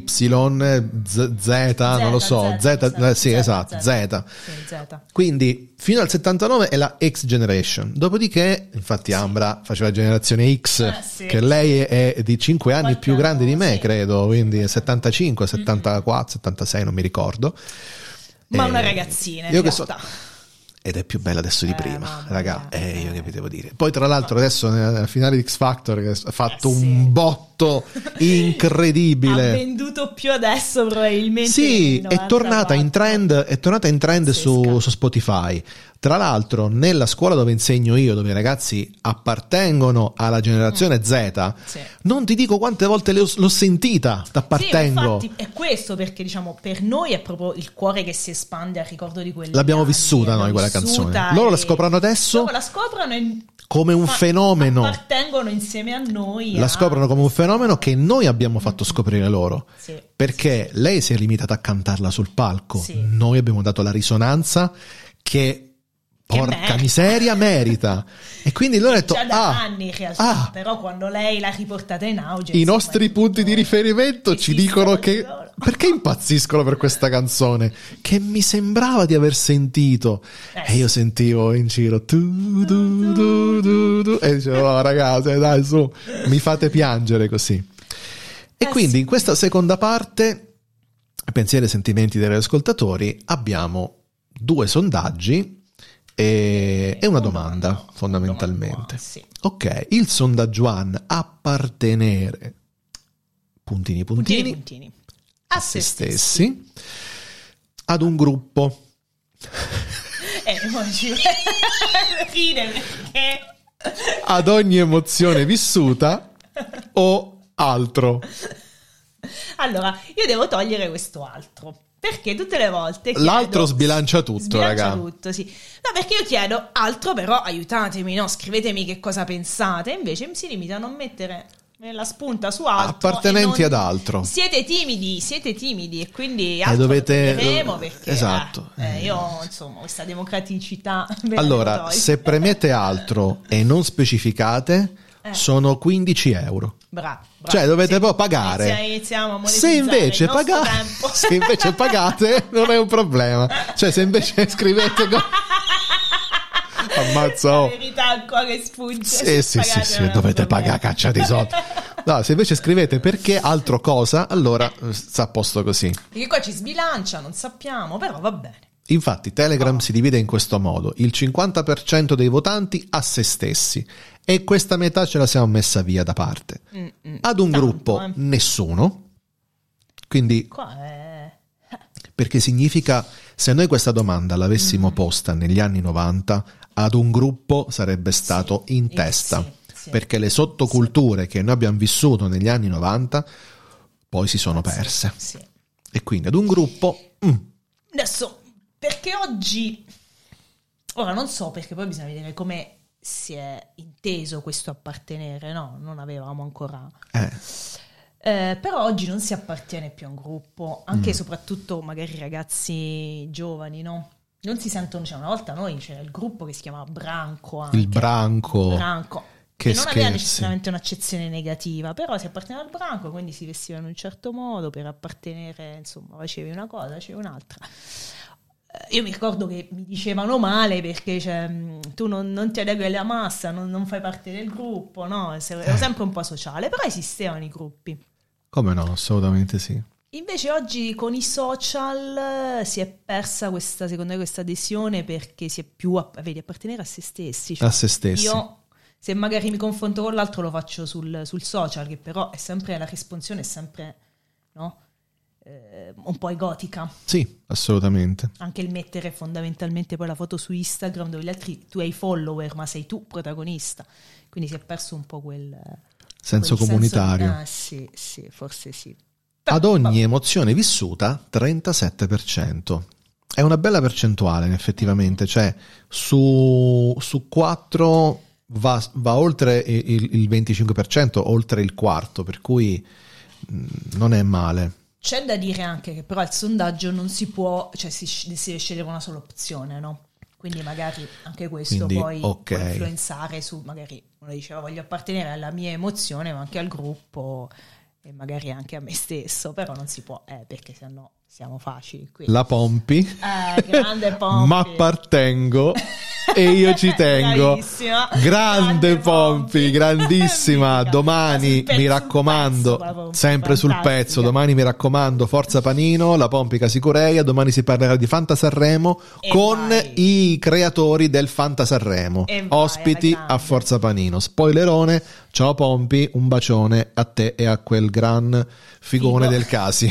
Speaker 1: Z, Z, non lo so, Z, eh, sì, esatto, Z.
Speaker 2: Sì, Z.
Speaker 1: Quindi fino al settantanove è la X Generation, dopodiché infatti Ambra faceva la generazione X,
Speaker 2: Eh, sì.
Speaker 1: che lei è di cinque anni
Speaker 2: Qualche
Speaker 1: più grande di me,
Speaker 2: sì.
Speaker 1: credo, quindi è settantacinque, settantaquattro, settantasei, non mi ricordo.
Speaker 2: Ma
Speaker 1: Eh,
Speaker 2: una ragazzina, in
Speaker 1: io che so-
Speaker 2: realtà.
Speaker 1: Ed è più bella adesso di
Speaker 2: Eh,
Speaker 1: prima,
Speaker 2: mamma
Speaker 1: raga,
Speaker 2: mia.
Speaker 1: eh, io che vi devo dire. Poi tra l'altro adesso nella finale di X Factor che ha fatto
Speaker 2: Eh, sì.
Speaker 1: un botto
Speaker 2: Ha
Speaker 1: incredibile.
Speaker 2: venduto più adesso probabilmente.
Speaker 1: Sì,
Speaker 2: nel
Speaker 1: è tornata in trend, è tornata in trend su,
Speaker 2: Pazzesca.
Speaker 1: su Spotify. Tra l'altro, nella scuola dove insegno io, dove i ragazzi appartengono alla generazione Z,
Speaker 2: Sì.
Speaker 1: non ti dico quante volte le ho- l'ho sentita, t'appartengo.
Speaker 2: Sì, infatti è questo perché diciamo per noi è proprio il cuore che si espande al ricordo di quelli
Speaker 1: L'abbiamo
Speaker 2: anni,
Speaker 1: vissuta noi
Speaker 2: l'abbiamo
Speaker 1: quella
Speaker 2: vissuta
Speaker 1: canzone. Loro la
Speaker 2: e-
Speaker 1: scoprono adesso
Speaker 2: loro la scoprono e
Speaker 1: come un
Speaker 2: fa-
Speaker 1: fenomeno.
Speaker 2: appartengono insieme a noi
Speaker 1: La
Speaker 2: a-
Speaker 1: scoprono come un fenomeno che noi abbiamo fatto scoprire loro.
Speaker 2: Sì.
Speaker 1: Perché lei si è limitata a cantarla sul palco.
Speaker 2: Sì.
Speaker 1: Noi abbiamo dato la risonanza che,
Speaker 2: Che
Speaker 1: porca
Speaker 2: merita.
Speaker 1: miseria, merita. E quindi loro hanno detto:
Speaker 2: già da
Speaker 1: ah,
Speaker 2: anni in realtà,
Speaker 1: ah,
Speaker 2: però quando lei l'ha riportata in auge
Speaker 1: i
Speaker 2: insomma,
Speaker 1: nostri
Speaker 2: è tutto-
Speaker 1: punti di riferimento ci
Speaker 2: esistono
Speaker 1: dicono che
Speaker 2: loro.
Speaker 1: perché impazziscono per questa canzone che mi sembrava di aver sentito
Speaker 2: Eh,
Speaker 1: e io sentivo in giro tu, du, du, du, du, e dicevo no, ragazzi dai su, mi fate piangere così. E
Speaker 2: Eh,
Speaker 1: quindi
Speaker 2: sì.
Speaker 1: in questa seconda parte, pensieri e sentimenti degli ascoltatori, abbiamo due sondaggi e, e una domanda
Speaker 2: no,
Speaker 1: fondamentalmente.
Speaker 2: domanda, sì.
Speaker 1: Ok, il sondaggio one, appartenere puntini puntini,
Speaker 2: Puntini puntini a se stessi.
Speaker 1: stessi ad un gruppo.
Speaker 2: Eh, poi ci ride perché
Speaker 1: Ad ogni emozione vissuta o altro.
Speaker 2: allora io devo togliere questo altro Perché tutte le volte chiedo,
Speaker 1: l'altro sbilancia tutto,
Speaker 2: sbilancia
Speaker 1: raga.
Speaker 2: tutto, sì. No, perché io chiedo altro, però aiutatemi, no? Scrivetemi che cosa pensate. Invece si limitano a mettere la spunta su altro,
Speaker 1: appartenenti
Speaker 2: e non...
Speaker 1: ad altro.
Speaker 2: Siete timidi, siete timidi e quindi altro
Speaker 1: e dovete
Speaker 2: lo toglieremo perché
Speaker 1: esatto.
Speaker 2: eh, eh, io insomma questa democraticità
Speaker 1: allora se premete altro e non specificate eh. sono quindici euro.
Speaker 2: Bra, bra,
Speaker 1: cioè dovete
Speaker 2: sì.
Speaker 1: poi pagare.
Speaker 2: Iniziamo, iniziamo a
Speaker 1: se invece pagate se invece pagate non è un problema, cioè se invece scrivete go- ammazzo
Speaker 2: la verità qua che sfugge.
Speaker 1: Sì, sì, sì, sì, dovete pagare caccia di soldi. No, se invece scrivete perché altro cosa, allora sta a posto così.
Speaker 2: Perché qua ci sbilancia, non sappiamo, però va bene.
Speaker 1: Infatti Telegram oh. si divide in questo modo: il cinquanta per cento dei votanti a se stessi e questa metà ce la siamo messa via da parte. Mm-mm, ad un tanto, gruppo eh. nessuno. Quindi
Speaker 2: qua è...
Speaker 1: perché significa, se noi questa domanda l'avessimo mm. posta negli anni novanta, ad un gruppo sarebbe stato sì, in testa, sì, sì. perché le sottoculture sì. che noi abbiamo vissuto negli anni novanta poi si sono perse.
Speaker 2: Sì, sì.
Speaker 1: E quindi ad un gruppo... Mm.
Speaker 2: Adesso, perché oggi... Ora non so, perché poi bisogna vedere come si è inteso questo appartenere, no? Non avevamo ancora...
Speaker 1: Eh.
Speaker 2: Eh, però oggi non si appartiene più a un gruppo, anche mm. e soprattutto magari ragazzi giovani, no? Non si sentono, cioè una volta noi c'era il gruppo che si chiamava Branco anche.
Speaker 1: Il Branco.
Speaker 2: Il Branco. Che, che non aveva necessariamente un'accezione negativa, però si apparteneva al branco, quindi si vestiva in un certo modo per appartenere, insomma, facevi una cosa, facevi un'altra. Io mi ricordo che mi dicevano male perché cioè, tu non, non ti adegui alla massa, non, non fai parte del gruppo, no? Ero sempre un po' sociale, però esistevano i gruppi.
Speaker 1: Come no, assolutamente sì.
Speaker 2: Invece oggi con i social si è persa questa, secondo me, questa adesione perché si è più, a, vedi, appartenere a se stessi. Cioè,
Speaker 1: a se stessi.
Speaker 2: Io, se magari mi confronto con l'altro, lo faccio sul, sul social, che però è sempre, la risponsione è sempre, no? Eh, un po' egotica.
Speaker 1: Sì, assolutamente.
Speaker 2: Anche il mettere fondamentalmente poi la foto su Instagram dove gli altri, tu hai follower, ma sei tu protagonista. Quindi si è perso un po' quel...
Speaker 1: senso
Speaker 2: quel
Speaker 1: comunitario.
Speaker 2: Senso, ah, sì, sì, forse sì.
Speaker 1: Ad ogni emozione vissuta, trentasette per cento. È una bella percentuale, effettivamente. Cioè, su, su quattro va, va oltre il, il venticinque per cento, oltre il quarto, per cui mh, non è male.
Speaker 2: C'è da dire anche che però al sondaggio non si può, cioè si, si deve scegliere una sola opzione, no? Quindi magari anche questo
Speaker 1: Quindi,
Speaker 2: poi
Speaker 1: okay.
Speaker 2: può influenzare su, magari uno diceva voglio appartenere alla mia emozione, ma anche al gruppo... e magari anche a me stesso, però non si può, eh, perché sennò siamo facili. Quindi.
Speaker 1: La Pompi,
Speaker 2: eh, grande Pompi,
Speaker 1: ma appartengo e io ci tengo.
Speaker 2: Bravissima.
Speaker 1: Grande, grande Pompi,
Speaker 2: Pompi.
Speaker 1: grandissima. Domani pezzo, mi raccomando, pezzo, sempre sul pezzo. Domani mi raccomando, Forza Panino, la Pompica Sicureia. Domani si parlerà di Fanta Sanremo e con vai. i creatori del Fanta Sanremo, e ospiti vai, a Forza Panino. Spoilerone. Ciao Pompi, un bacione a te e a quel gran figone Figo. del Casi.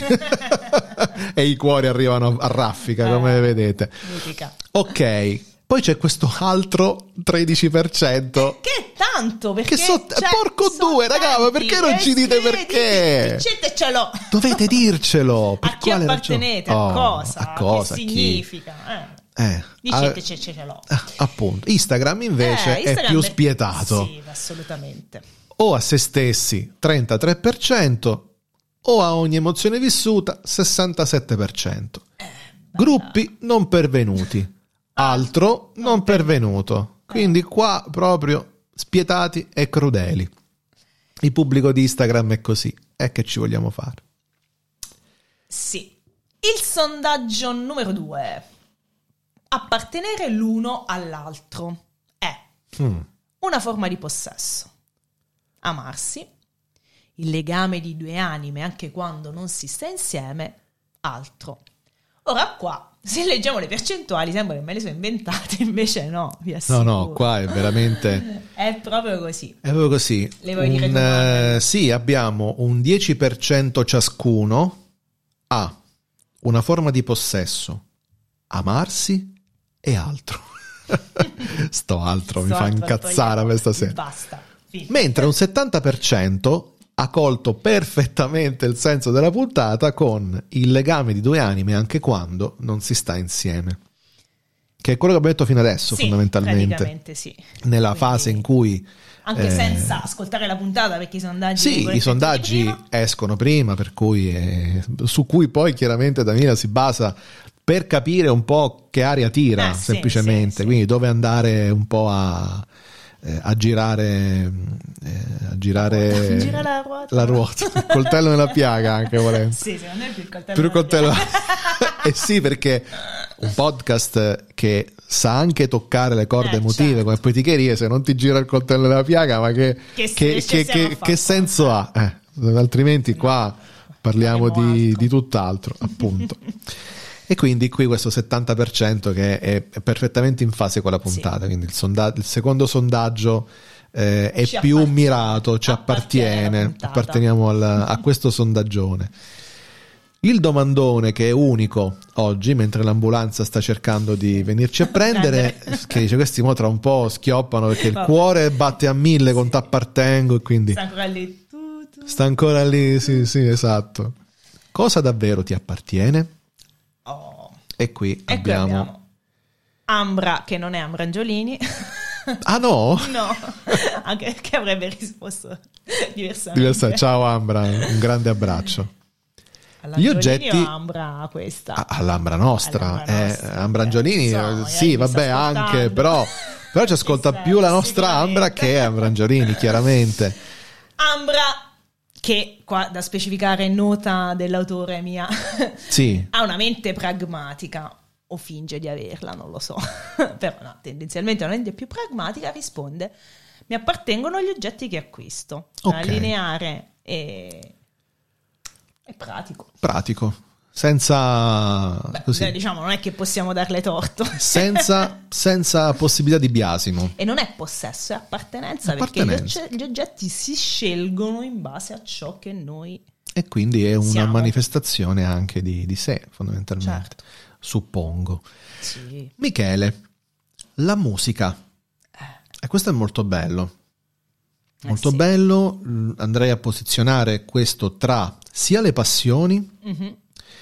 Speaker 1: E i cuori arrivano a raffica, eh, come vedete. Mitica. Ok, poi c'è questo altro tredici per cento.
Speaker 2: Che è tanto, perché...
Speaker 1: Che so, cioè, porco due, raga, ma perché non ci dite perché?
Speaker 2: Dicetecelo.
Speaker 1: Dovete dircelo. Per
Speaker 2: a chi appartenete,
Speaker 1: oh,
Speaker 2: a cosa?
Speaker 1: A cosa?
Speaker 2: Che
Speaker 1: a
Speaker 2: significa? Eh.
Speaker 1: Eh,
Speaker 2: Dicetecelo.
Speaker 1: Appunto, Instagram invece
Speaker 2: eh, Instagram
Speaker 1: è più spietato.
Speaker 2: Sì, assolutamente.
Speaker 1: O a se stessi, trentatré per cento, o a ogni emozione vissuta, sessantasette per cento. Eh, Gruppi non pervenuti, altro non, non pervenuto. Quindi qua proprio spietati e crudeli. Il pubblico di Instagram è così. E che ci vogliamo fare?
Speaker 2: Sì. Il sondaggio numero due. Appartenere l'uno all'altro è mm. una forma di possesso. Amarsi, il legame di due anime anche quando non si sta insieme, altro. Ora qua, se leggiamo le percentuali, sembra che me le sono inventate, invece no, vi assicuro.
Speaker 1: No, no, qua è veramente...
Speaker 2: è proprio così.
Speaker 1: È proprio così.
Speaker 2: Le vuoi dire un,
Speaker 1: uh, sì, abbiamo un dieci per cento ciascuno a una forma di possesso, amarsi e altro. Sto altro Sto mi fa incazzare a me stasera.
Speaker 2: Basta. Fine.
Speaker 1: Mentre un settanta per cento ha colto perfettamente il senso della puntata con il legame di due anime anche quando non si sta insieme, che è quello che abbiamo detto fino adesso,
Speaker 2: sì,
Speaker 1: fondamentalmente,
Speaker 2: praticamente sì.
Speaker 1: nella
Speaker 2: Quindi,
Speaker 1: fase in cui
Speaker 2: anche
Speaker 1: eh,
Speaker 2: senza ascoltare la puntata, perché i sondaggi
Speaker 1: sì, i sondaggi
Speaker 2: prima.
Speaker 1: escono prima, per cui eh, su cui poi chiaramente Daniela si basa per capire un po' che aria tira,
Speaker 2: eh,
Speaker 1: semplicemente,
Speaker 2: sì, sì,
Speaker 1: quindi
Speaker 2: sì.
Speaker 1: dove andare un po' a eh, a girare eh, a girare
Speaker 2: Gira la ruota,
Speaker 1: la ruota, il coltello nella piaga, anche volendo.
Speaker 2: Sì, secondo me è più il coltello
Speaker 1: più il coltello
Speaker 2: nella piaga.
Speaker 1: eh sì, perché un podcast che sa anche toccare le corde
Speaker 2: Eh,
Speaker 1: emotive,
Speaker 2: certo.
Speaker 1: come poeticherie, se non ti gira il coltello nella piaga, ma che,
Speaker 2: Che-
Speaker 1: che,
Speaker 2: che
Speaker 1: che,
Speaker 2: stiamo a
Speaker 1: che,
Speaker 2: fare
Speaker 1: che senso ha? Eh, altrimenti qua parliamo
Speaker 2: faremo
Speaker 1: di,
Speaker 2: altro.
Speaker 1: di tutt'altro, appunto. E quindi qui questo settanta per cento che è, è perfettamente in fase con la puntata,
Speaker 2: Sì.
Speaker 1: quindi il, sonda- il secondo sondaggio eh, è
Speaker 2: Ci
Speaker 1: più
Speaker 2: appartiene.
Speaker 1: mirato, ci
Speaker 2: Appartiene alla
Speaker 1: appartiene,
Speaker 2: puntata.
Speaker 1: apparteniamo al- a questo sondaggione. Il domandone, che è unico oggi, mentre l'ambulanza sta cercando di venirci a prendere, che dice questi mo tra un po' schioppano perché il
Speaker 2: Vabbè.
Speaker 1: cuore batte a mille con t'appartengo, e quindi
Speaker 2: Sta ancora lì. Tu, tu.
Speaker 1: sta ancora lì, sì sì, esatto. Cosa davvero ti appartiene?
Speaker 2: Oh.
Speaker 1: E qui
Speaker 2: E qui
Speaker 1: abbiamo...
Speaker 2: abbiamo Ambra, che non è Ambra Angiolini.
Speaker 1: Ah no?
Speaker 2: No, anche che avrebbe risposto diversamente.
Speaker 1: Diversa. Ciao Ambra, un grande abbraccio. Gli oggetti
Speaker 2: o Ambra questa?
Speaker 1: Ah, all'Ambra nostra,
Speaker 2: All'Ambra
Speaker 1: eh,
Speaker 2: nostra,
Speaker 1: Ambra
Speaker 2: ok.
Speaker 1: Angiolini,
Speaker 2: So,
Speaker 1: eh,
Speaker 2: magari
Speaker 1: sì,
Speaker 2: mi
Speaker 1: vabbè,
Speaker 2: sta
Speaker 1: anche,
Speaker 2: ascoltando.
Speaker 1: però, però ci ascolta
Speaker 2: Sì,
Speaker 1: più la nostra
Speaker 2: sicuramente.
Speaker 1: Ambra che Ambra Angiolini, chiaramente.
Speaker 2: Ambra, che qua da specificare nota dell'autore mia,
Speaker 1: Sì,
Speaker 2: ha una mente pragmatica, o finge di averla, non lo so, però no, tendenzialmente una mente più pragmatica, risponde: mi appartengono gli oggetti che acquisto.
Speaker 1: Ok.
Speaker 2: Lineare e... è pratico.
Speaker 1: pratico, senza
Speaker 2: Beh,
Speaker 1: così,
Speaker 2: diciamo, non è che possiamo darle torto.
Speaker 1: senza, senza possibilità di biasimo.
Speaker 2: E non è possesso, è appartenenza,
Speaker 1: Appartenenza.
Speaker 2: perché gli, ogge- gli oggetti si scelgono in base a ciò che noi...
Speaker 1: E quindi è una
Speaker 2: Siamo.
Speaker 1: manifestazione anche di, di sé, fondamentalmente,
Speaker 2: Certo.
Speaker 1: suppongo.
Speaker 2: Sì.
Speaker 1: Michele, la musica. E questo è molto bello.
Speaker 2: Eh
Speaker 1: Molto
Speaker 2: sì.
Speaker 1: bello, mm, andrei a posizionare questo tra sia le passioni
Speaker 2: Mhm.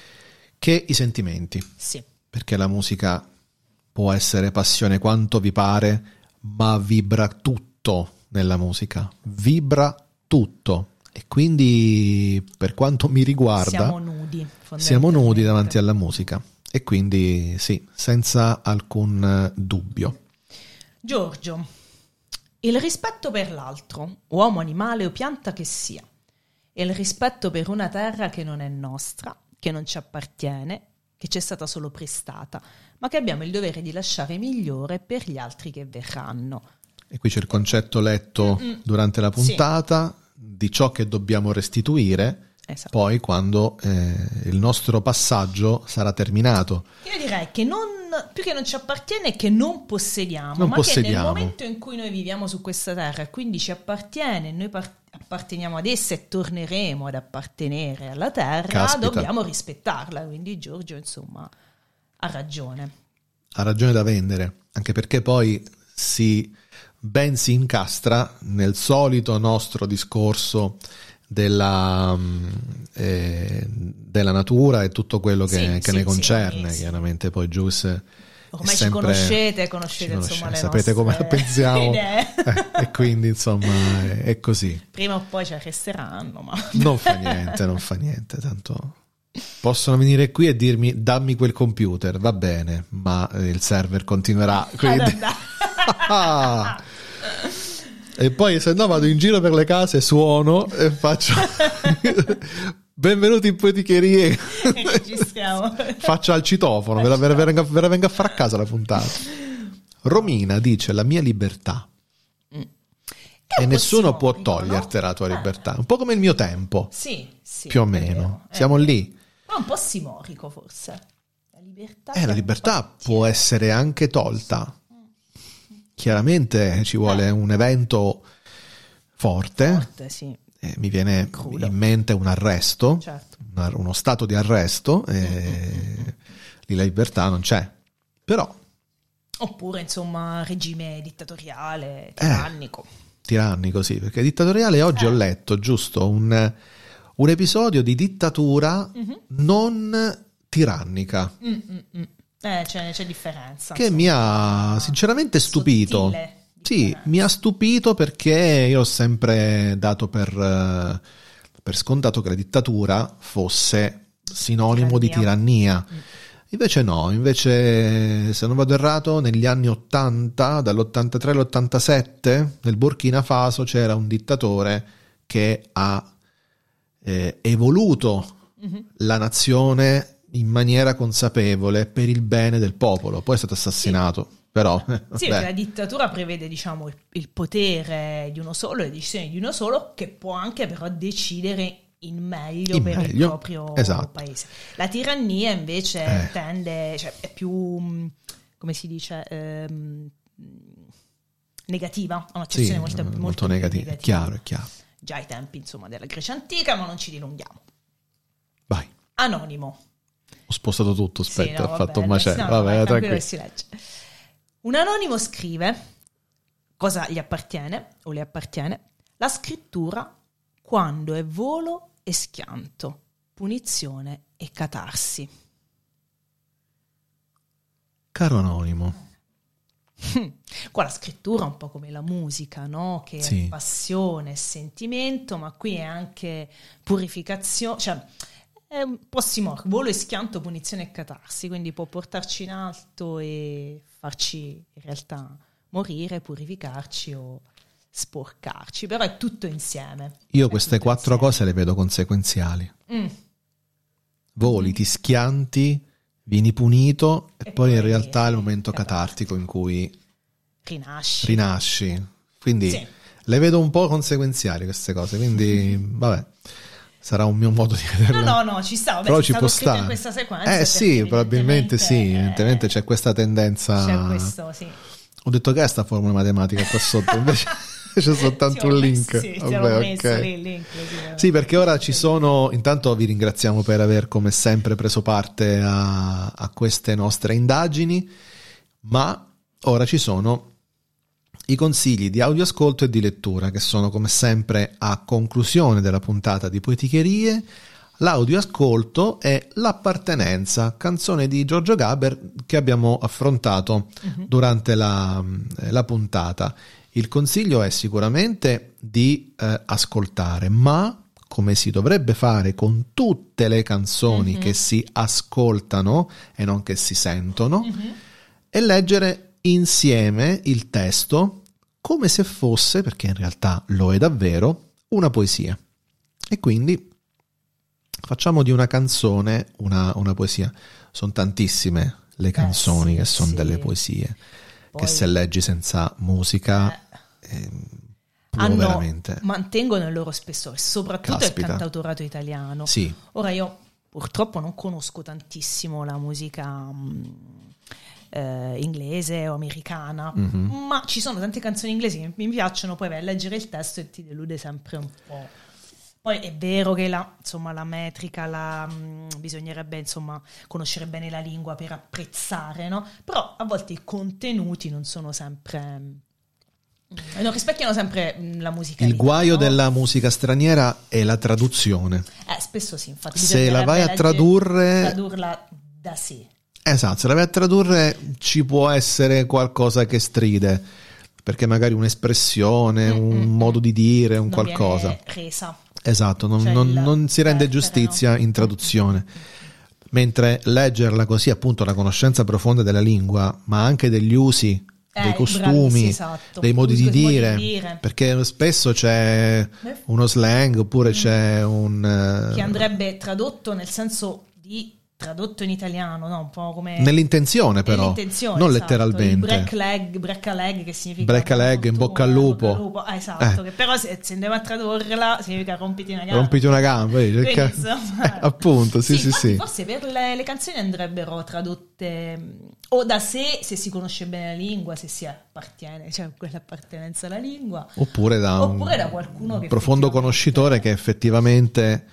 Speaker 1: che i sentimenti,
Speaker 2: Sì.
Speaker 1: perché la musica può essere passione quanto vi pare, ma vibra tutto nella musica, vibra tutto, e quindi per quanto mi riguarda
Speaker 2: Siamo nudi.
Speaker 1: siamo
Speaker 2: fondamentalmente.
Speaker 1: nudi davanti alla musica, e quindi sì, senza alcun eh, dubbio.
Speaker 2: Giorgio, il rispetto per l'altro, uomo, animale o pianta che sia, e il rispetto per una terra che non è nostra, che non ci appartiene, che ci è stata solo prestata, ma che abbiamo il dovere di lasciare migliore per gli altri che verranno.
Speaker 1: E qui c'è il concetto letto
Speaker 2: Mm-mm.
Speaker 1: durante la
Speaker 2: Sì.
Speaker 1: puntata di ciò che dobbiamo restituire
Speaker 2: Esatto.
Speaker 1: poi quando eh, il nostro passaggio sarà terminato.
Speaker 2: Io direi che non, più che non ci appartiene è che non possediamo,
Speaker 1: Non
Speaker 2: ma
Speaker 1: possediamo.
Speaker 2: che nel momento in cui noi viviamo su questa terra e quindi ci appartiene, noi par- apparteniamo ad essa e torneremo ad appartenere alla terra,
Speaker 1: Caspita.
Speaker 2: dobbiamo rispettarla. Quindi Giorgio, insomma, ha ragione.
Speaker 1: Ha ragione da vendere, anche perché poi si ben si incastra nel solito nostro discorso della, mm, eh, della natura e tutto quello che,
Speaker 2: Sì,
Speaker 1: che
Speaker 2: sì,
Speaker 1: ne
Speaker 2: sì,
Speaker 1: concerne.
Speaker 2: sì.
Speaker 1: Chiaramente poi Gius è
Speaker 2: Ormai ci
Speaker 1: sempre-
Speaker 2: conoscete, conoscete
Speaker 1: ci
Speaker 2: insomma le
Speaker 1: sapete come
Speaker 2: nostre
Speaker 1: pensiamo.
Speaker 2: idee.
Speaker 1: Eh, e quindi insomma è, è così.
Speaker 2: Prima o poi ci arresteranno, ma
Speaker 1: Non fa niente, non fa niente, tanto possono venire qui e dirmi dammi quel computer, va bene, ma eh, il server continuerà, quindi... Ah! E poi se no vado in giro per le case, suono e faccio benvenuti in poeticherie,
Speaker 2: e registriamo.
Speaker 1: faccio al citofono, ve la, ve la venga, ve la venga a fare a casa la puntata. Romina dice la mia libertà e nessuno può
Speaker 2: ossimorico,
Speaker 1: togliertela la tua
Speaker 2: no?
Speaker 1: libertà, un po' come il mio tempo,
Speaker 2: Sì, sì,
Speaker 1: più o
Speaker 2: è
Speaker 1: meno,
Speaker 2: vero, è
Speaker 1: siamo
Speaker 2: vero.
Speaker 1: lì.
Speaker 2: Ma un po' simorico forse. La libertà.
Speaker 1: Eh,
Speaker 2: che
Speaker 1: la libertà
Speaker 2: appartiene.
Speaker 1: può essere anche tolta. Chiaramente ci vuole un evento forte.
Speaker 2: Forte, sì,
Speaker 1: Eh, mi viene
Speaker 2: Crudo.
Speaker 1: in mente un arresto,
Speaker 2: certo.
Speaker 1: una- uno stato di arresto, e lì la libertà non c'è. Però,
Speaker 2: Oppure, insomma, regime dittatoriale,
Speaker 1: Eh.
Speaker 2: tirannico.
Speaker 1: tirannico, sì, perché dittatoriale oggi
Speaker 2: Eh.
Speaker 1: ho letto giusto un, un episodio di dittatura
Speaker 2: Mhm.
Speaker 1: non tirannica
Speaker 2: Mm, mm, mm. Eh, c'è, c'è differenza.
Speaker 1: che
Speaker 2: insomma.
Speaker 1: mi ha sinceramente stupito.
Speaker 2: Sottile
Speaker 1: Sì,
Speaker 2: differenza.
Speaker 1: mi ha stupito perché io ho sempre dato per, eh, per scontato che la dittatura fosse sinonimo di tirannia.
Speaker 2: Mm.
Speaker 1: Invece no, invece se non vado errato negli anni ottanta, dall'ottantatré all'ottantasette, nel Burkina Faso c'era un dittatore che ha eh, evoluto
Speaker 2: Mhm.
Speaker 1: la nazione in maniera consapevole per il bene del popolo. Poi è stato assassinato, però
Speaker 2: Sì,
Speaker 1: vabbè.
Speaker 2: perché la dittatura prevede, diciamo, il, il potere di uno solo, le decisioni di uno solo, che può anche però decidere in meglio
Speaker 1: In
Speaker 2: per il
Speaker 1: meglio,
Speaker 2: proprio
Speaker 1: esatto.
Speaker 2: paese. La tirannia invece
Speaker 1: Eh.
Speaker 2: tende, cioè è più, mh, come si dice, ehm, negativa, ha un'accezione
Speaker 1: Sì,
Speaker 2: molto,
Speaker 1: molto,
Speaker 2: molto più
Speaker 1: negativo, è chiaro, è chiaro.
Speaker 2: Già ai tempi, insomma, della Grecia antica, ma non ci dilunghiamo.
Speaker 1: Vai,
Speaker 2: Anonimo.
Speaker 1: ho spostato tutto,
Speaker 2: Sì,
Speaker 1: aspetta,
Speaker 2: no,
Speaker 1: ho fatto
Speaker 2: vabbè,
Speaker 1: un macello,
Speaker 2: no, no,
Speaker 1: vabbè,
Speaker 2: vai, tranquillo
Speaker 1: tranquillo.
Speaker 2: che si legge. Un anonimo scrive cosa gli appartiene o le appartiene. La scrittura quando è volo e schianto, punizione e catarsi.
Speaker 1: Caro anonimo,
Speaker 2: Qua la scrittura è un po' come la musica, no? Che
Speaker 1: Sì.
Speaker 2: è passione, è sentimento, ma qui è anche purificazione, cioè è un po' simor, volo e schianto, punizione e catarsi, quindi può portarci in alto e farci in realtà morire, purificarci o sporcarci, però è tutto insieme.
Speaker 1: io
Speaker 2: È
Speaker 1: queste
Speaker 2: tutto
Speaker 1: quattro
Speaker 2: insieme.
Speaker 1: cose le vedo conseguenziali.
Speaker 2: Mm.
Speaker 1: Voli, ti schianti, vieni punito e,
Speaker 2: E
Speaker 1: poi in
Speaker 2: poi
Speaker 1: realtà è il momento
Speaker 2: catartico.
Speaker 1: catartico in cui
Speaker 2: Rinasci.
Speaker 1: rinasci. Quindi
Speaker 2: Sì.
Speaker 1: le vedo un po' conseguenziali queste cose, quindi vabbè, sarà un mio modo di
Speaker 2: No,
Speaker 1: vederla.
Speaker 2: no, no, ci sta, vabbè,
Speaker 1: Però
Speaker 2: se
Speaker 1: ci
Speaker 2: è
Speaker 1: può
Speaker 2: stato scritto
Speaker 1: stare.
Speaker 2: in questa sequenza.
Speaker 1: Eh
Speaker 2: perché
Speaker 1: sì, probabilmente sì,
Speaker 2: evidentemente,
Speaker 1: evidentemente
Speaker 2: eh,
Speaker 1: c'è questa tendenza.
Speaker 2: C'è questo, sì.
Speaker 1: Ho detto che è sta formula matematica qua sotto, invece c'è soltanto
Speaker 2: Ti ho
Speaker 1: un
Speaker 2: messo-
Speaker 1: link.
Speaker 2: Sì, ti
Speaker 1: Vabbè,
Speaker 2: ho messo
Speaker 1: ok.
Speaker 2: lì il link. Così,
Speaker 1: Sì, perché ora ci sono, intanto vi ringraziamo per aver come sempre preso parte a, a queste nostre indagini, ma ora ci sono i consigli di audioascolto e di lettura che sono come sempre a conclusione della puntata di Poeticherie. L'audioascolto è L'appartenenza, canzone di Giorgio Gaber che abbiamo affrontato
Speaker 2: Mhm.
Speaker 1: durante la, la puntata. Il consiglio è sicuramente di eh, ascoltare, ma come si dovrebbe fare con tutte le canzoni
Speaker 2: Mhm.
Speaker 1: che si ascoltano e non che si sentono,
Speaker 2: Mhm.
Speaker 1: è leggere insieme il testo come se fosse, perché in realtà lo è davvero, una poesia. E quindi facciamo di una canzone una, una poesia. Sono tantissime le canzoni
Speaker 2: sì,
Speaker 1: che sono
Speaker 2: sì.
Speaker 1: delle poesie,
Speaker 2: Poi-
Speaker 1: che se leggi senza musica
Speaker 2: Eh.
Speaker 1: eh, può
Speaker 2: Hanno-
Speaker 1: veramente...
Speaker 2: mantengono il loro spessore, soprattutto
Speaker 1: Caspita.
Speaker 2: il cantautorato italiano.
Speaker 1: Sì,
Speaker 2: Ora io purtroppo non conosco tantissimo la musica mh, eh, inglese o americana,
Speaker 1: Mhm.
Speaker 2: ma ci sono tante canzoni inglesi che mi piacciono, poi vai a leggere il testo e ti delude sempre un po'. Poi è vero che la, insomma, la metrica, la, mh, bisognerebbe insomma, conoscere bene la lingua per apprezzare, no? Però a volte i contenuti non sono sempre... mh, non rispecchiano sempre mh, la musica.
Speaker 1: il guaio
Speaker 2: no?
Speaker 1: della musica straniera è la traduzione.
Speaker 2: Eh, spesso sì, infatti.
Speaker 1: Se la vai a
Speaker 2: bisognerebbe
Speaker 1: tradurre...
Speaker 2: tradurla da sé.
Speaker 1: Esatto, se la vai a tradurre ci può essere qualcosa che stride, perché magari un'espressione,
Speaker 2: Mm,
Speaker 1: un
Speaker 2: mm,
Speaker 1: modo di dire, un
Speaker 2: Non
Speaker 1: qualcosa.
Speaker 2: viene resa.
Speaker 1: Esatto, non,
Speaker 2: Cioè
Speaker 1: non-
Speaker 2: il
Speaker 1: non si rende
Speaker 2: lettere,
Speaker 1: giustizia
Speaker 2: no?
Speaker 1: in traduzione. Mentre leggerla così, appunto, la conoscenza profonda della lingua, ma anche degli usi,
Speaker 2: Eh,
Speaker 1: dei costumi,
Speaker 2: bravissimi, esatto.
Speaker 1: dei modi
Speaker 2: Usi
Speaker 1: di
Speaker 2: e modi
Speaker 1: dire,
Speaker 2: di dire.
Speaker 1: perché spesso c'è uno slang oppure c'è un... eh,
Speaker 2: Che andrebbe tradotto nel senso di tradotto in italiano, no? Un po' come...
Speaker 1: nell'intenzione però,
Speaker 2: nell'intenzione,
Speaker 1: non
Speaker 2: esatto.
Speaker 1: letteralmente.
Speaker 2: Il break leg, break a leg che significa...
Speaker 1: Break a leg, in bocca al lupo.
Speaker 2: bocca al lupo. Ah, esatto,
Speaker 1: Eh.
Speaker 2: che però se, se andiamo a tradurla significa rompiti una gamba.
Speaker 1: Rompiti una gamba, vedi,
Speaker 2: Quindi,
Speaker 1: che-
Speaker 2: insomma,
Speaker 1: eh, appunto, sì, sì,
Speaker 2: infatti
Speaker 1: sì.
Speaker 2: Forse per le, le canzoni andrebbero tradotte mh, o da sé, se si conosce bene la lingua, se si appartiene, cioè quell'appartenenza alla lingua,
Speaker 1: Oppure da
Speaker 2: Oppure
Speaker 1: un
Speaker 2: da qualcuno che
Speaker 1: profondo
Speaker 2: effettivamente-
Speaker 1: conoscitore che effettivamente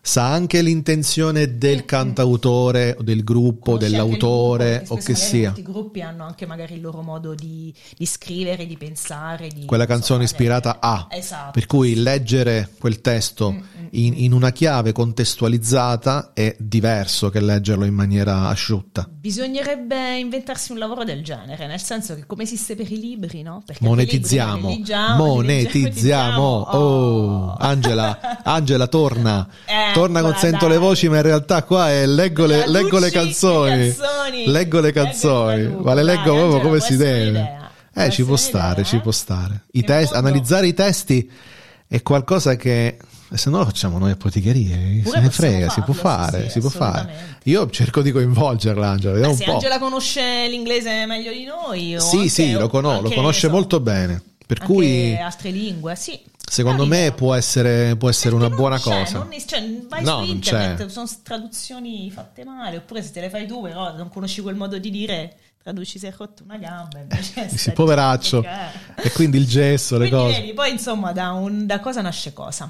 Speaker 1: sa anche l'intenzione del cantautore o del gruppo,
Speaker 2: Conosce
Speaker 1: dell'autore
Speaker 2: anche il gruppo,
Speaker 1: o
Speaker 2: perché
Speaker 1: che
Speaker 2: spesso
Speaker 1: sia.
Speaker 2: magari molti gruppi hanno anche magari il loro modo di, di scrivere, di pensare, di,
Speaker 1: Quella canzone
Speaker 2: insomma,
Speaker 1: ispirata a,
Speaker 2: esatto.
Speaker 1: per cui leggere quel testo in, in una chiave contestualizzata è diverso che leggerlo in maniera asciutta.
Speaker 2: Bisognerebbe inventarsi un lavoro del genere, nel senso che come esiste per i libri, no? Perché
Speaker 1: Monetizziamo,
Speaker 2: i libri li leggiamo,
Speaker 1: monetizziamo. Oh, Angela, Angela torna,
Speaker 2: Eccola,
Speaker 1: torna con Sento
Speaker 2: dai.
Speaker 1: le voci, ma in realtà qua è leggo le,
Speaker 2: Traduci
Speaker 1: leggo le canzoni,
Speaker 2: le canzoni.
Speaker 1: leggo le
Speaker 2: Leggo
Speaker 1: canzoni,
Speaker 2: il traduco.
Speaker 1: ma le
Speaker 2: Dai,
Speaker 1: leggo proprio
Speaker 2: Angela,
Speaker 1: come
Speaker 2: può
Speaker 1: si
Speaker 2: essere
Speaker 1: deve.
Speaker 2: un'idea. Può
Speaker 1: Eh, ci può
Speaker 2: essere
Speaker 1: stare,
Speaker 2: un'idea,
Speaker 1: ci
Speaker 2: eh?
Speaker 1: può stare. I
Speaker 2: In
Speaker 1: test,
Speaker 2: fondo-
Speaker 1: analizzare i testi è qualcosa che, se no lo facciamo noi a poticherie,
Speaker 2: Pure
Speaker 1: se ne
Speaker 2: possiamo
Speaker 1: frega, si può
Speaker 2: farlo, sì,
Speaker 1: fare,
Speaker 2: sì,
Speaker 1: si può fare.
Speaker 2: assolutamente.
Speaker 1: Io cerco di coinvolgerla, Angela, vediamo
Speaker 2: Eh,
Speaker 1: un
Speaker 2: se
Speaker 1: po'.
Speaker 2: Angela conosce l'inglese meglio di noi, o
Speaker 1: Sì,
Speaker 2: anche-
Speaker 1: sì, lo,
Speaker 2: o
Speaker 1: cono- lo
Speaker 2: anche,
Speaker 1: conosce
Speaker 2: so,
Speaker 1: molto bene, per
Speaker 2: anche
Speaker 1: cui
Speaker 2: altre lingue, sì.
Speaker 1: secondo
Speaker 2: Però
Speaker 1: me
Speaker 2: l'idea-
Speaker 1: può essere, può essere
Speaker 2: Perché
Speaker 1: una buona
Speaker 2: non c'è,
Speaker 1: cosa.
Speaker 2: non è- cioè, vai
Speaker 1: No,
Speaker 2: su
Speaker 1: non
Speaker 2: internet,
Speaker 1: c'è.
Speaker 2: sono traduzioni fatte male, oppure se te le fai tu, però non conosci quel modo di dire, traduci si è rotto una gamba, invece
Speaker 1: Sì,
Speaker 2: stai-
Speaker 1: poveraccio.
Speaker 2: perché-
Speaker 1: E quindi il gesso, le
Speaker 2: Quindi
Speaker 1: cose.
Speaker 2: vedi, poi insomma da, un, da cosa nasce cosa?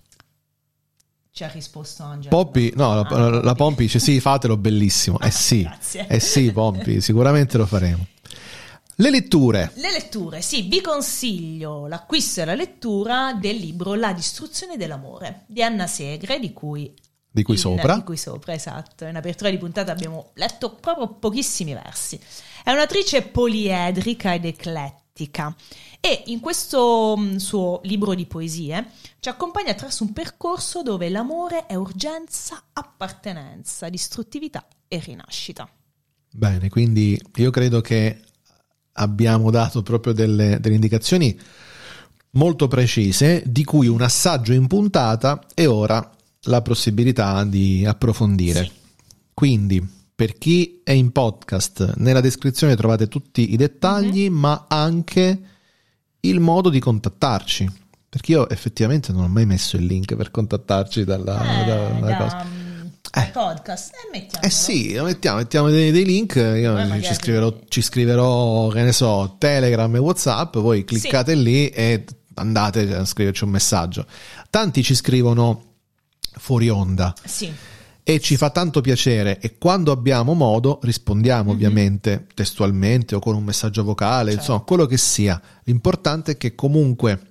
Speaker 2: Ci ha risposto Angela.
Speaker 1: Poppy, no, la,
Speaker 2: Ah,
Speaker 1: la- la Pompi dice sì, fatelo, bellissimo. Eh sì,
Speaker 2: Grazie.
Speaker 1: eh sì, Pompi, sicuramente lo faremo. Le letture.
Speaker 2: Le letture, sì, vi consiglio l'acquisto e la lettura del libro La distruzione dell'amore di Anna Segre, di cui
Speaker 1: Di cui
Speaker 2: in-
Speaker 1: sopra.
Speaker 2: Di cui sopra, esatto. In apertura di puntata abbiamo letto proprio pochissimi versi. È un'attrice poliedrica ed eclettica e in questo mh, suo libro di poesie ci accompagna attraverso un percorso dove l'amore è urgenza, appartenenza, distruttività e rinascita.
Speaker 1: Bene, quindi io credo che abbiamo dato proprio delle, delle indicazioni molto precise, di cui un assaggio in puntata e ora la possibilità di approfondire.
Speaker 2: Sì.
Speaker 1: Quindi, per chi è in podcast, nella descrizione trovate tutti i dettagli,
Speaker 2: Mm-hmm.
Speaker 1: ma anche il modo di contattarci. Perché io effettivamente non ho mai messo il link per contattarci dalla,
Speaker 2: Eh,
Speaker 1: da- dalla
Speaker 2: da,
Speaker 1: cosa.
Speaker 2: mh,
Speaker 1: Eh.
Speaker 2: podcast, eh, mettiamolo.
Speaker 1: Eh sì, lo mettiamo, mettiamo dei, dei link, io
Speaker 2: Poi
Speaker 1: ci
Speaker 2: magari-
Speaker 1: scriverò, ci scriverò, che ne so, Telegram e WhatsApp, voi cliccate lì e andate a scriverci un messaggio. Tanti ci scrivono fuori onda
Speaker 2: Sì.
Speaker 1: e ci fa tanto piacere, e quando abbiamo modo rispondiamo ovviamente testualmente o con un messaggio vocale,
Speaker 2: Certo.
Speaker 1: insomma, quello che sia. L'importante è che comunque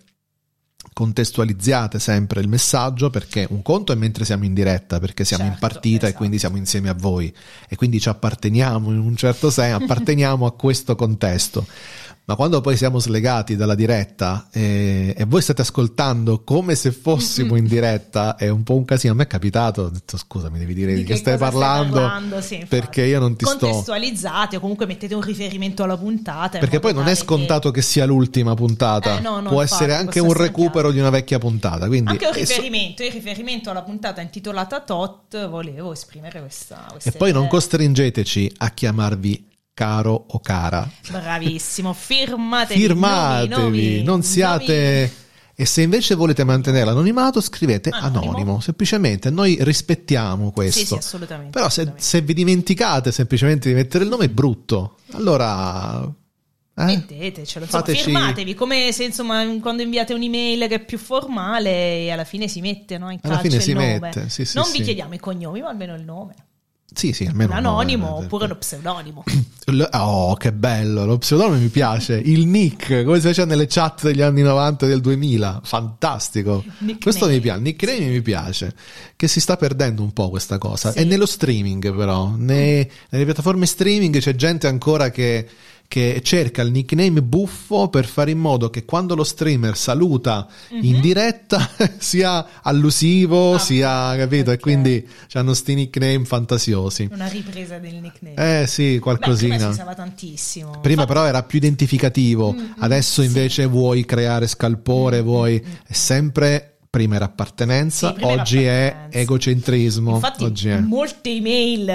Speaker 1: contestualizziate sempre il messaggio, perché un conto è mentre siamo in diretta, perché siamo in
Speaker 2: Certo,
Speaker 1: partita e
Speaker 2: esatto.
Speaker 1: quindi siamo insieme a voi e quindi ci apparteniamo in un certo senso, apparteniamo a questo contesto. Ma quando poi siamo slegati dalla diretta e, e voi state ascoltando come se fossimo in diretta, è un po' un casino. A me è capitato, ho detto scusa, mi devi dire di, che, stai
Speaker 2: cosa
Speaker 1: parlando,
Speaker 2: parlando? Sì, infatti.
Speaker 1: perché io non ti sto...
Speaker 2: Contestualizzate o comunque mettete un riferimento alla puntata. in
Speaker 1: Perché
Speaker 2: modo
Speaker 1: poi non è
Speaker 2: tale
Speaker 1: scontato che... sia l'ultima puntata,
Speaker 2: Eh, no, no,
Speaker 1: può
Speaker 2: infatti,
Speaker 1: essere anche
Speaker 2: può
Speaker 1: un
Speaker 2: essere
Speaker 1: recupero di una vecchia puntata. Quindi
Speaker 2: Anche un
Speaker 1: e so-
Speaker 2: riferimento, il riferimento alla puntata intitolata Tot, volevo esprimere questa, questa
Speaker 1: E poi non
Speaker 2: idea.
Speaker 1: costringeteci a chiamarvi caro o cara.
Speaker 2: Bravissimo, firmatevi.
Speaker 1: Firmatevi,
Speaker 2: nomi, nomi,
Speaker 1: non siate...
Speaker 2: nomi.
Speaker 1: E se invece volete mantenere l'anonimato, scrivete anonimo.
Speaker 2: Anonimo.
Speaker 1: Semplicemente noi rispettiamo questo.
Speaker 2: Sì, sì, assolutamente.
Speaker 1: Però se,
Speaker 2: assolutamente.
Speaker 1: se vi dimenticate semplicemente di mettere il nome è brutto. Allora... eh?
Speaker 2: Mettetecelo, insomma,
Speaker 1: Fateci-
Speaker 2: firmatevi, come se insomma quando inviate un'email che è più formale e alla fine si mette, no, in
Speaker 1: Alla
Speaker 2: calce
Speaker 1: fine
Speaker 2: il
Speaker 1: si
Speaker 2: nome.
Speaker 1: mette, sì, sì,
Speaker 2: non
Speaker 1: sì.
Speaker 2: vi chiediamo i cognomi, ma almeno il nome.
Speaker 1: Sì, sì, almeno
Speaker 2: Un
Speaker 1: un nome,
Speaker 2: anonimo
Speaker 1: eh,
Speaker 2: oppure uno pseudonimo.
Speaker 1: L- Oh, che bello, lo pseudonimo mi piace. Il nick, come si faceva nelle chat degli anni novanta e del duemila, fantastico.
Speaker 2: Nickname.
Speaker 1: Questo mi piace, nickname mi piace, che si sta perdendo un po' questa cosa.
Speaker 2: Sì.
Speaker 1: E nello streaming però, ne- nelle piattaforme streaming c'è gente ancora che, che cerca il nickname buffo per fare in modo che quando lo streamer saluta in diretta sia allusivo,
Speaker 2: Ah,
Speaker 1: sia, capito? E
Speaker 2: ok.
Speaker 1: quindi hanno sti nickname fantasiosi.
Speaker 2: Una ripresa del nickname.
Speaker 1: Eh sì,
Speaker 2: Beh,
Speaker 1: qualcosina.
Speaker 2: prima si usava tantissimo.
Speaker 1: Prima
Speaker 2: Infatti-
Speaker 1: però era più identificativo, adesso invece vuoi creare scalpore, vuoi... È sempre... Prima era appartenenza,
Speaker 2: Sì, prima era
Speaker 1: oggi è
Speaker 2: appartenenza.
Speaker 1: egocentrismo.
Speaker 2: Infatti
Speaker 1: oggi è...
Speaker 2: molte email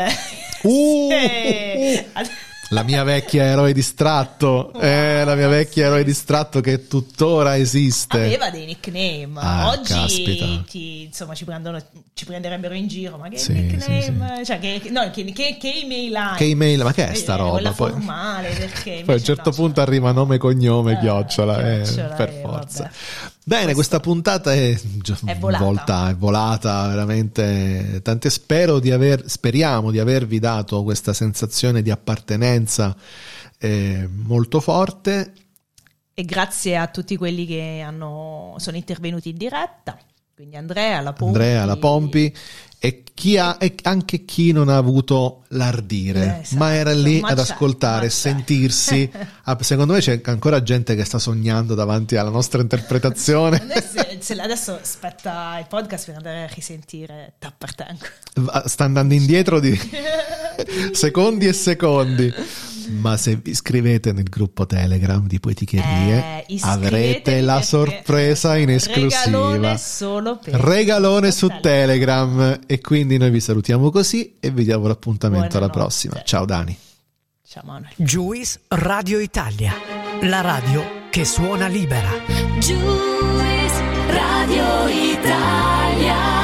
Speaker 1: Uh!
Speaker 2: Eh,
Speaker 1: La mia vecchia eroe distratto, eh, la mia vecchia eroe distratto che tuttora esiste.
Speaker 2: aveva dei nickname.
Speaker 1: Ah,
Speaker 2: Oggi
Speaker 1: caspita.
Speaker 2: ti- insomma ci prendono, ci prenderebbero in giro, ma che
Speaker 1: Sì,
Speaker 2: nickname? Cioè, che, no, che, che, che email hai?
Speaker 1: Che email, ma che è
Speaker 2: Eh,
Speaker 1: sta
Speaker 2: quella
Speaker 1: roba? Poi,
Speaker 2: formale, perché
Speaker 1: poi a un
Speaker 2: invece
Speaker 1: certo
Speaker 2: no,
Speaker 1: punto
Speaker 2: cioè-
Speaker 1: arriva nome, cognome,
Speaker 2: Eh,
Speaker 1: chiocciola, eh,
Speaker 2: chiocciola,
Speaker 1: per
Speaker 2: eh,
Speaker 1: forza.
Speaker 2: vabbè.
Speaker 1: Bene,
Speaker 2: Questo.
Speaker 1: questa puntata è,
Speaker 2: È volata.
Speaker 1: volta, è volata veramente. Tante spero di aver, speriamo di avervi dato questa sensazione di appartenenza eh, molto forte.
Speaker 2: E grazie a tutti quelli che hanno, sono intervenuti in diretta, quindi Andrea, la Pompi,
Speaker 1: Andrea, la Pompi e, chi ha, e anche chi non ha avuto l'ardire,
Speaker 2: Eh, esatto.
Speaker 1: ma era lì
Speaker 2: Ma
Speaker 1: ad
Speaker 2: c'è,
Speaker 1: ascoltare,
Speaker 2: ma c'è.
Speaker 1: sentirsi. Ah, secondo me c'è ancora gente che sta sognando davanti alla nostra interpretazione.
Speaker 2: Adesso, se- adesso aspetta il podcast per andare a risentire T'appartengo.
Speaker 1: Sta andando indietro di secondi e secondi. Ma se vi iscrivete nel gruppo Telegram di Poeticherie,
Speaker 2: Eh,
Speaker 1: avrete la
Speaker 2: perché-
Speaker 1: sorpresa in esclusiva.
Speaker 2: Regalone solo per
Speaker 1: Regalone su
Speaker 2: Telegram.
Speaker 1: Telegram. E quindi noi vi salutiamo così e vi diamo l'appuntamento alla
Speaker 2: Buonanotte.
Speaker 1: prossima. Ciao Dani.
Speaker 2: Ciao Manuel.
Speaker 4: Juice Radio Italia, la radio che suona libera.
Speaker 3: Juice Radio Italia.